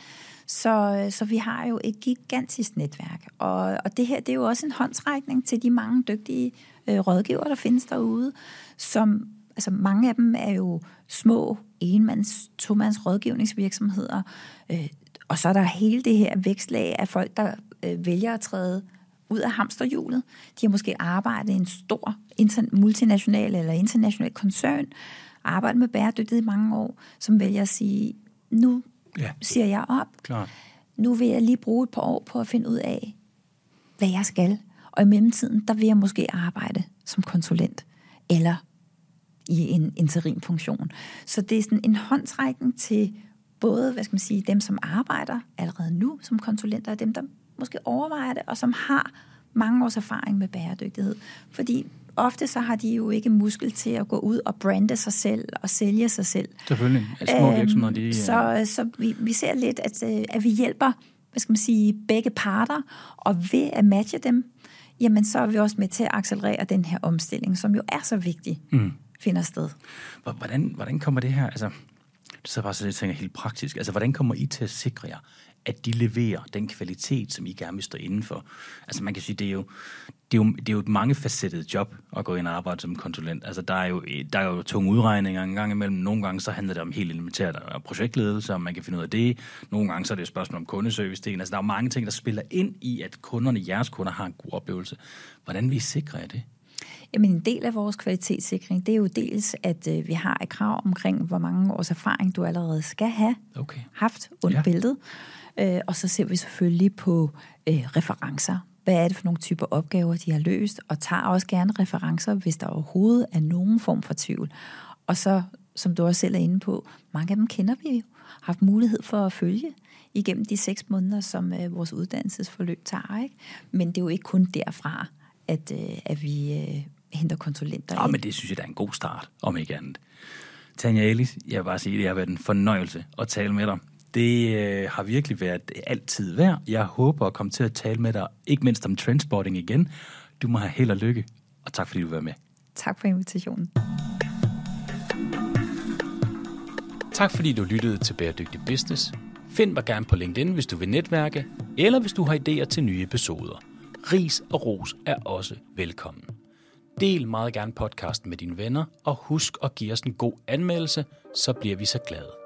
Så, så vi har jo et gigantisk netværk. Og, og det her, det er jo også en håndsrækning til de mange dygtige øh, rådgivere, der findes derude, som, altså mange af dem er jo små enmands, tomands rådgivningsvirksomheder. Øh, og så er der hele det her vækstlag af folk, der øh, vælger at træde ud af hamsterhjulet. De har måske arbejdet i en stor inter- multinational eller international koncern, arbejdet med bæredygtighed i mange år, som vælger at sige, nu ja. siger jeg op. Klart. Nu vil jeg lige bruge et par år på at finde ud af, hvad jeg skal. Og i mellemtiden, der vil jeg måske arbejde som konsulent, eller i en interimfunktion. Så det er sådan en håndsrækning til både, hvad skal man sige, dem, som arbejder allerede nu som konsulenter, og dem, der måske overvejer det, og som har mange års erfaring med bæredygtighed. Fordi ofte så har de jo ikke muskel til at gå ud og brande sig selv og sælge sig selv. Selvfølgelig. Små virksomheder, de... Så, så vi, vi ser lidt, at, at vi hjælper, hvad skal man sige, begge parter, og ved at matche dem, jamen så er vi også med til at accelerere den her omstilling, som jo er så vigtig, mm. finder sted. Hvordan, hvordan kommer det her, altså, så bare så det tænker helt praktisk, altså hvordan kommer I til at sikre jer, at de leverer den kvalitet, som I gerne vil stå indenfor? Altså man kan sige, det er jo, det er jo, det er jo et mangefacettet job at gå ind og arbejde som konsulent. Altså der er jo, der er jo tunge udregninger en gang imellem. Nogle gange så handler det om helt elementært projektledelse, og man kan finde ud af det. Nogle gange så er det et spørgsmål om kundeservice-delen. Altså der er jo mange ting, der spiller ind i, at kunderne, jeres kunder, har en god oplevelse. Hvordan vil I sikre jer det? Jamen en del af vores kvalitetssikring, det er jo dels, at øh, vi har et krav omkring, hvor mange års erfaring du allerede skal have okay. haft under ja. bæltet. Øh, og så ser vi selvfølgelig på øh, referencer. Hvad er det for nogle typer opgaver, de har løst? Og tager også gerne referencer, hvis der overhovedet er nogen form for tvivl. Og så, som du også selv er inde på, mange af dem kender vi jo. Har haft mulighed for at følge igennem de seks måneder, som øh, vores uddannelsesforløb tager. Ikke? Men det er jo ikke kun derfra, at, øh, at vi øh, henter konsulenter. Ja, men det synes jeg, der er en god start, om ikke andet. Tanja Ellis, jeg vil bare sige, at det har været en fornøjelse at tale med dig. Det øh, har virkelig været altid værd. Jeg håber at komme til at tale med dig, ikke mindst om trendspotting igen. Du må have held og lykke, og tak fordi du var med. Tak for invitationen. Tak fordi du lyttede til Bæredygtig Business. Find mig gerne på LinkedIn, hvis du vil netværke, eller hvis du har idéer til nye episoder. Ris og ros er også velkommen. Del meget gerne podcasten med dine venner, og husk at give os en god anmeldelse, så bliver vi så glade.